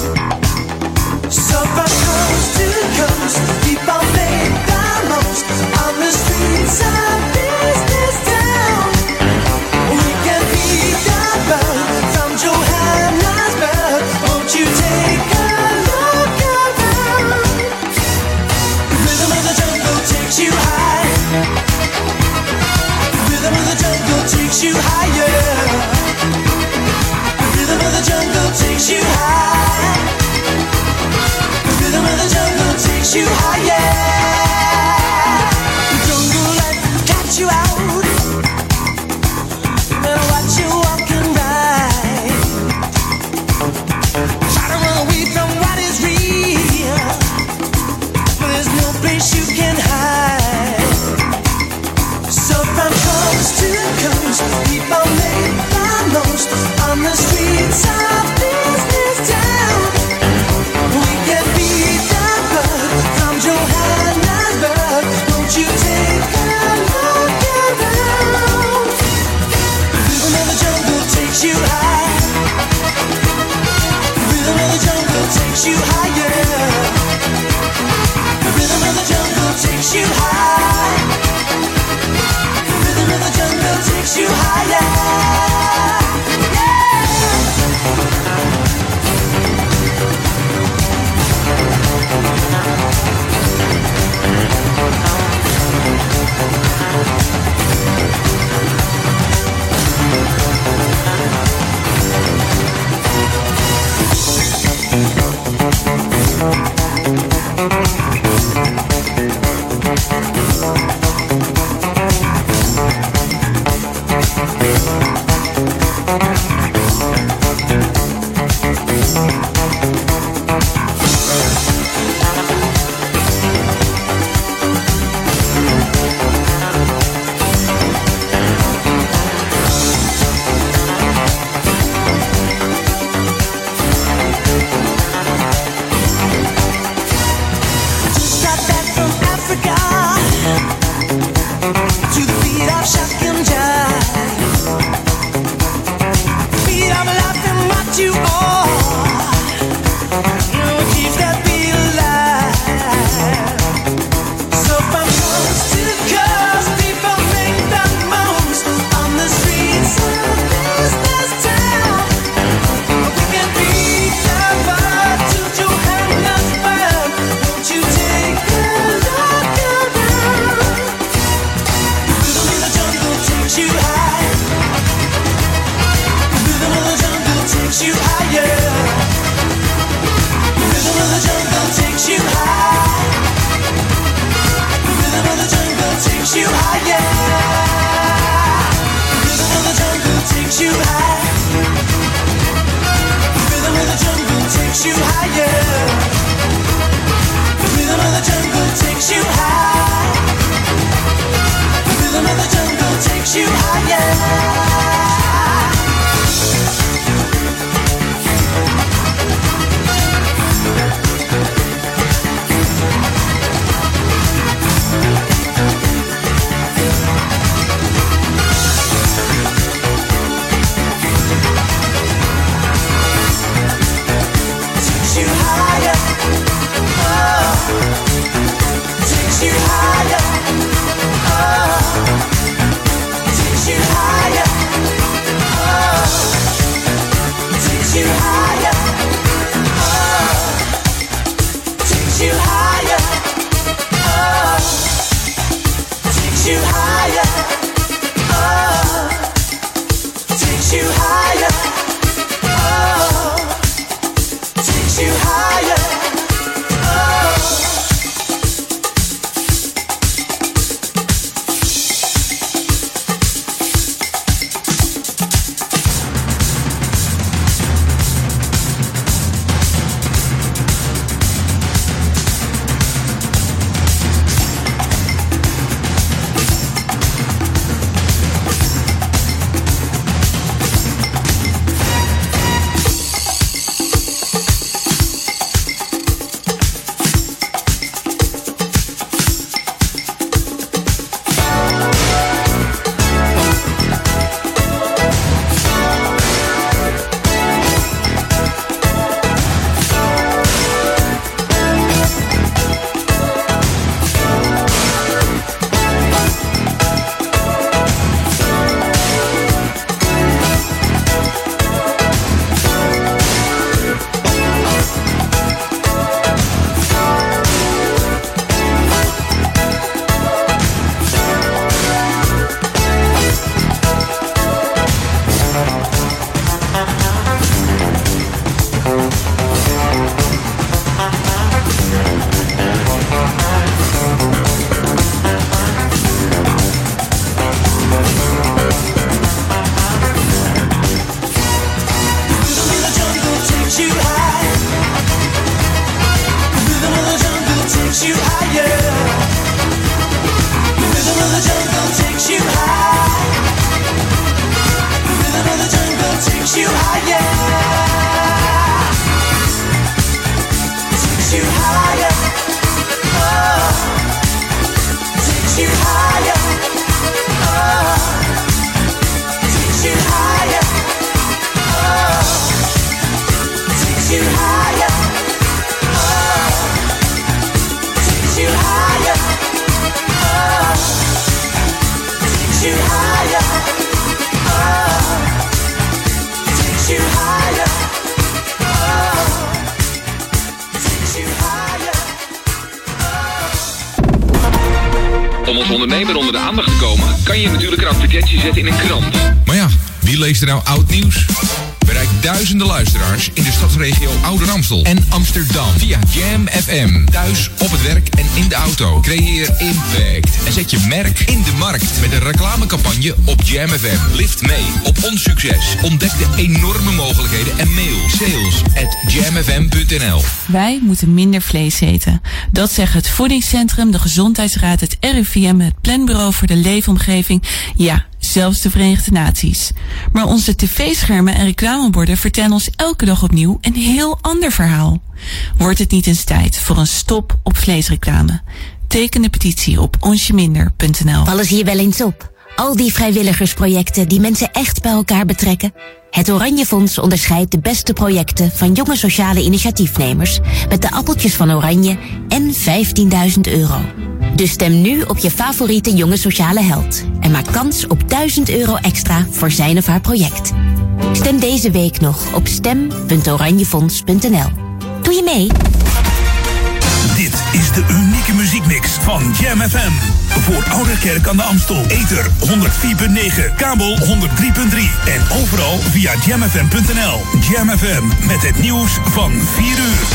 So from coast to coast, keep on playing the most on the streets of business town. We can beat the bug from Johannesburg. Won't you take a look around? The rhythm of the jungle takes you high. The rhythm of the jungle takes you higher. The rhythm of the jungle takes you high. The rhythm of the jungle takes you higher. The jungle life got you out. And watch you walk and ride. Try to run away from what is real, but there's no place you can hide. So from coast to coast, people make the most on the streets of business town. We can beat the bug from Johannesburg. Won't you take a look around? The rhythm of the jungle takes you high. The rhythm of the jungle takes you higher. The rhythm of the jungle takes you high. The rhythm of the jungle takes you higher. Yeah. higher. The rhythm of the jungle takes you high. The rhythm of the jungle takes you higher. Om als ondernemer onder de aandacht te komen, kan je natuurlijk een advertentie zetten in een krant. Maar ja, wie leest er nou oud nieuws? Bereik duizenden luisteraars in de stadsregio Ouder Amstel en Amsterdam via Jam FM. Thuis, op het werk en in de auto. Creëer impact en zet je merk in de markt met een reclamecampagne op Jam FM. Lift mee op ons succes. Ontdek de enorme mogelijkheden en mail sales@jamfm.nl. Wij moeten minder vlees eten. Dat zeggen het Voedingscentrum, de Gezondheidsraad, het RIVM, het Planbureau voor de Leefomgeving. Ja, zelfs de Verenigde Naties. Maar onze tv-schermen en reclameborden vertellen ons elke dag opnieuw een heel ander verhaal. Wordt het niet eens tijd voor een stop op vleesreclame? Teken de petitie op onsjeminder.nl. Vallen ze hier wel eens op? Al die vrijwilligersprojecten die mensen echt bij elkaar betrekken. Het Oranje Fonds onderscheidt de beste projecten van jonge sociale initiatiefnemers met de appeltjes van Oranje en €15.000. Dus stem nu op je favoriete jonge sociale held en maak kans op €1.000 extra voor zijn of haar project. Stem deze week nog op stem.oranjefonds.nl. Doe je mee? Dit is de unieke muziekmix van Jam FM. Voor Ouderkerk aan de Amstel. Ether 104.9, kabel 103.3 en overal via jamfm.nl. Jam FM met het nieuws van 4 uur.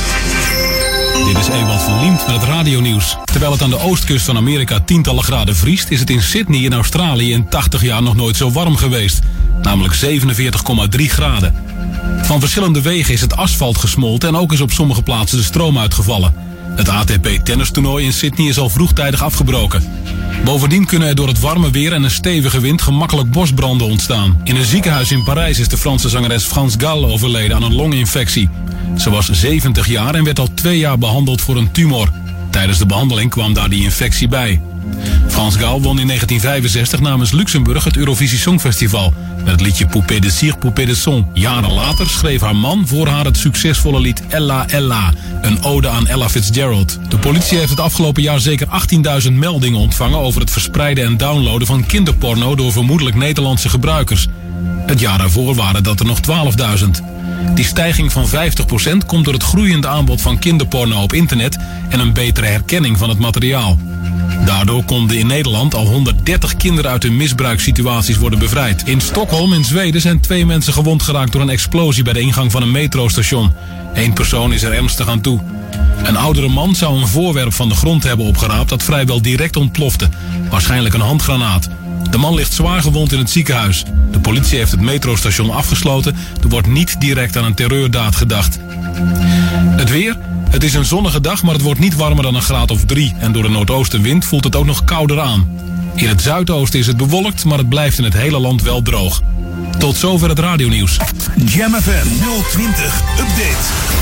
Dit is Ewald van Liemt met het radionieuws. Terwijl het aan de oostkust van Amerika tientallen graden vriest, is het in Sydney in Australië in 80 jaar nog nooit zo warm geweest. Namelijk 47,3 graden. Van verschillende wegen is het asfalt gesmolten en ook is op sommige plaatsen de stroom uitgevallen. Het ATP-tennistoernooi in Sydney is al vroegtijdig afgebroken. Bovendien kunnen er door het warme weer en een stevige wind gemakkelijk bosbranden ontstaan. In een ziekenhuis in Parijs is de Franse zangeres France Gall overleden aan een longinfectie. Ze was 70 jaar en werd al 2 jaar behandeld voor een tumor. Tijdens de behandeling kwam daar die infectie bij. France Gall won in 1965 namens Luxemburg het Eurovisie Songfestival met het liedje Poupée de Cire, Poupée de Son. Jaren later schreef haar man voor haar het succesvolle lied Ella Ella, een ode aan Ella Fitzgerald. De politie heeft het afgelopen jaar zeker 18.000 meldingen ontvangen over het verspreiden en downloaden van kinderporno door vermoedelijk Nederlandse gebruikers. Het jaar daarvoor waren dat er nog 12.000. Die stijging van 50% komt door het groeiende aanbod van kinderporno op internet en een betere herkenning van het materiaal. Daardoor konden in Nederland al 130 kinderen uit hun misbruikssituaties worden bevrijd. In Stockholm in Zweden zijn 2 mensen gewond geraakt door een explosie bij de ingang van een metrostation. 1 persoon is er ernstig aan toe. Een oudere man zou een voorwerp van de grond hebben opgeraapt dat vrijwel direct ontplofte. Waarschijnlijk een handgranaat. De man ligt zwaar gewond in het ziekenhuis. De politie heeft het metrostation afgesloten. Er wordt niet direct aan een terreurdaad gedacht. Het weer? Het is een zonnige dag, maar het wordt niet warmer dan een graad of 3. En door de noordoostenwind voelt het ook nog kouder aan. In het zuidoosten is het bewolkt, maar het blijft in het hele land wel droog. Tot zover het radionieuws. Jam FM 020 Update.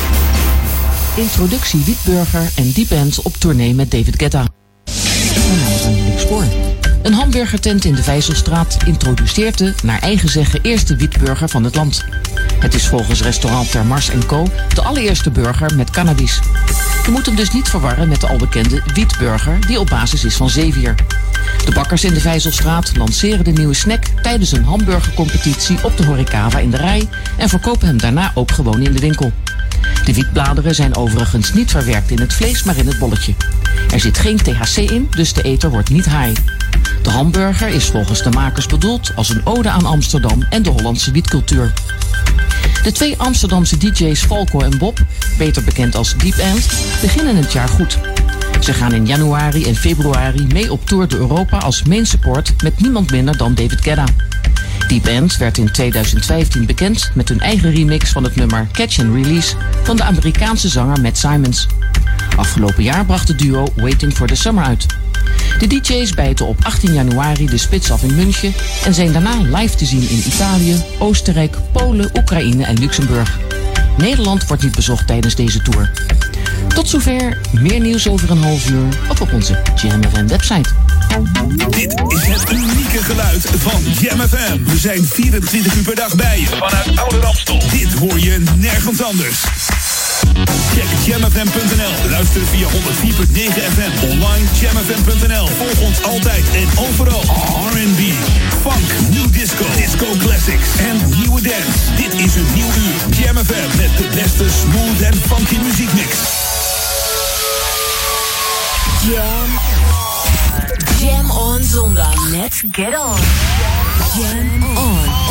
Introductie Wietburger en Deep End op tournee met David Guetta. Mijn naam is Angelique Spoor. Een hamburgertent in de Vijzelstraat introduceert de, naar eigen zeggen, eerste wietburger van het land. Het is volgens restaurant Ter Mars & Co. de allereerste burger met cannabis. Je moet hem dus niet verwarren met de al bekende wietburger die op basis is van zeewier. De bakkers in de Vijzelstraat lanceren de nieuwe snack tijdens een hamburgercompetitie op de Horecava in de Rij en verkopen hem daarna ook gewoon in de winkel. De wietbladeren zijn overigens niet verwerkt in het vlees, maar in het bolletje. Er zit geen THC in, dus de eter wordt niet high. De hamburger is volgens de makers bedoeld als een ode aan Amsterdam en de Hollandse wietcultuur. De 2 Amsterdamse DJ's Falco en Bob, beter bekend als Deep End, beginnen het jaar goed. Ze gaan in januari en februari mee op tour door Europa als main support met niemand minder dan David Guetta. Deep End werd in 2015 bekend met hun eigen remix van het nummer Catch and Release van de Amerikaanse zanger Matt Simons. Afgelopen jaar bracht het duo Waiting for the Summer uit. De DJ's bijten op 18 januari de spits af in München en zijn daarna live te zien in Italië, Oostenrijk, Polen, Oekraïne en Luxemburg. Nederland wordt niet bezocht tijdens deze tour. Tot zover, meer nieuws over een half uur of op onze Jam FM website. Dit is het unieke geluid van Jam FM. We zijn 24 uur per dag bij je vanuit Oude Ramstel. Dit hoor je nergens anders. Check jamfm.nl. Luister via 104.9 FM. Online jamfm.nl. Volg ons altijd en overal. R&B, funk, new disco, disco classics en nieuwe dance. Dit is een nieuw uur. Jam FM met de beste smooth en funky muziekmix. Jam on zondag. Let's get on. Jam on.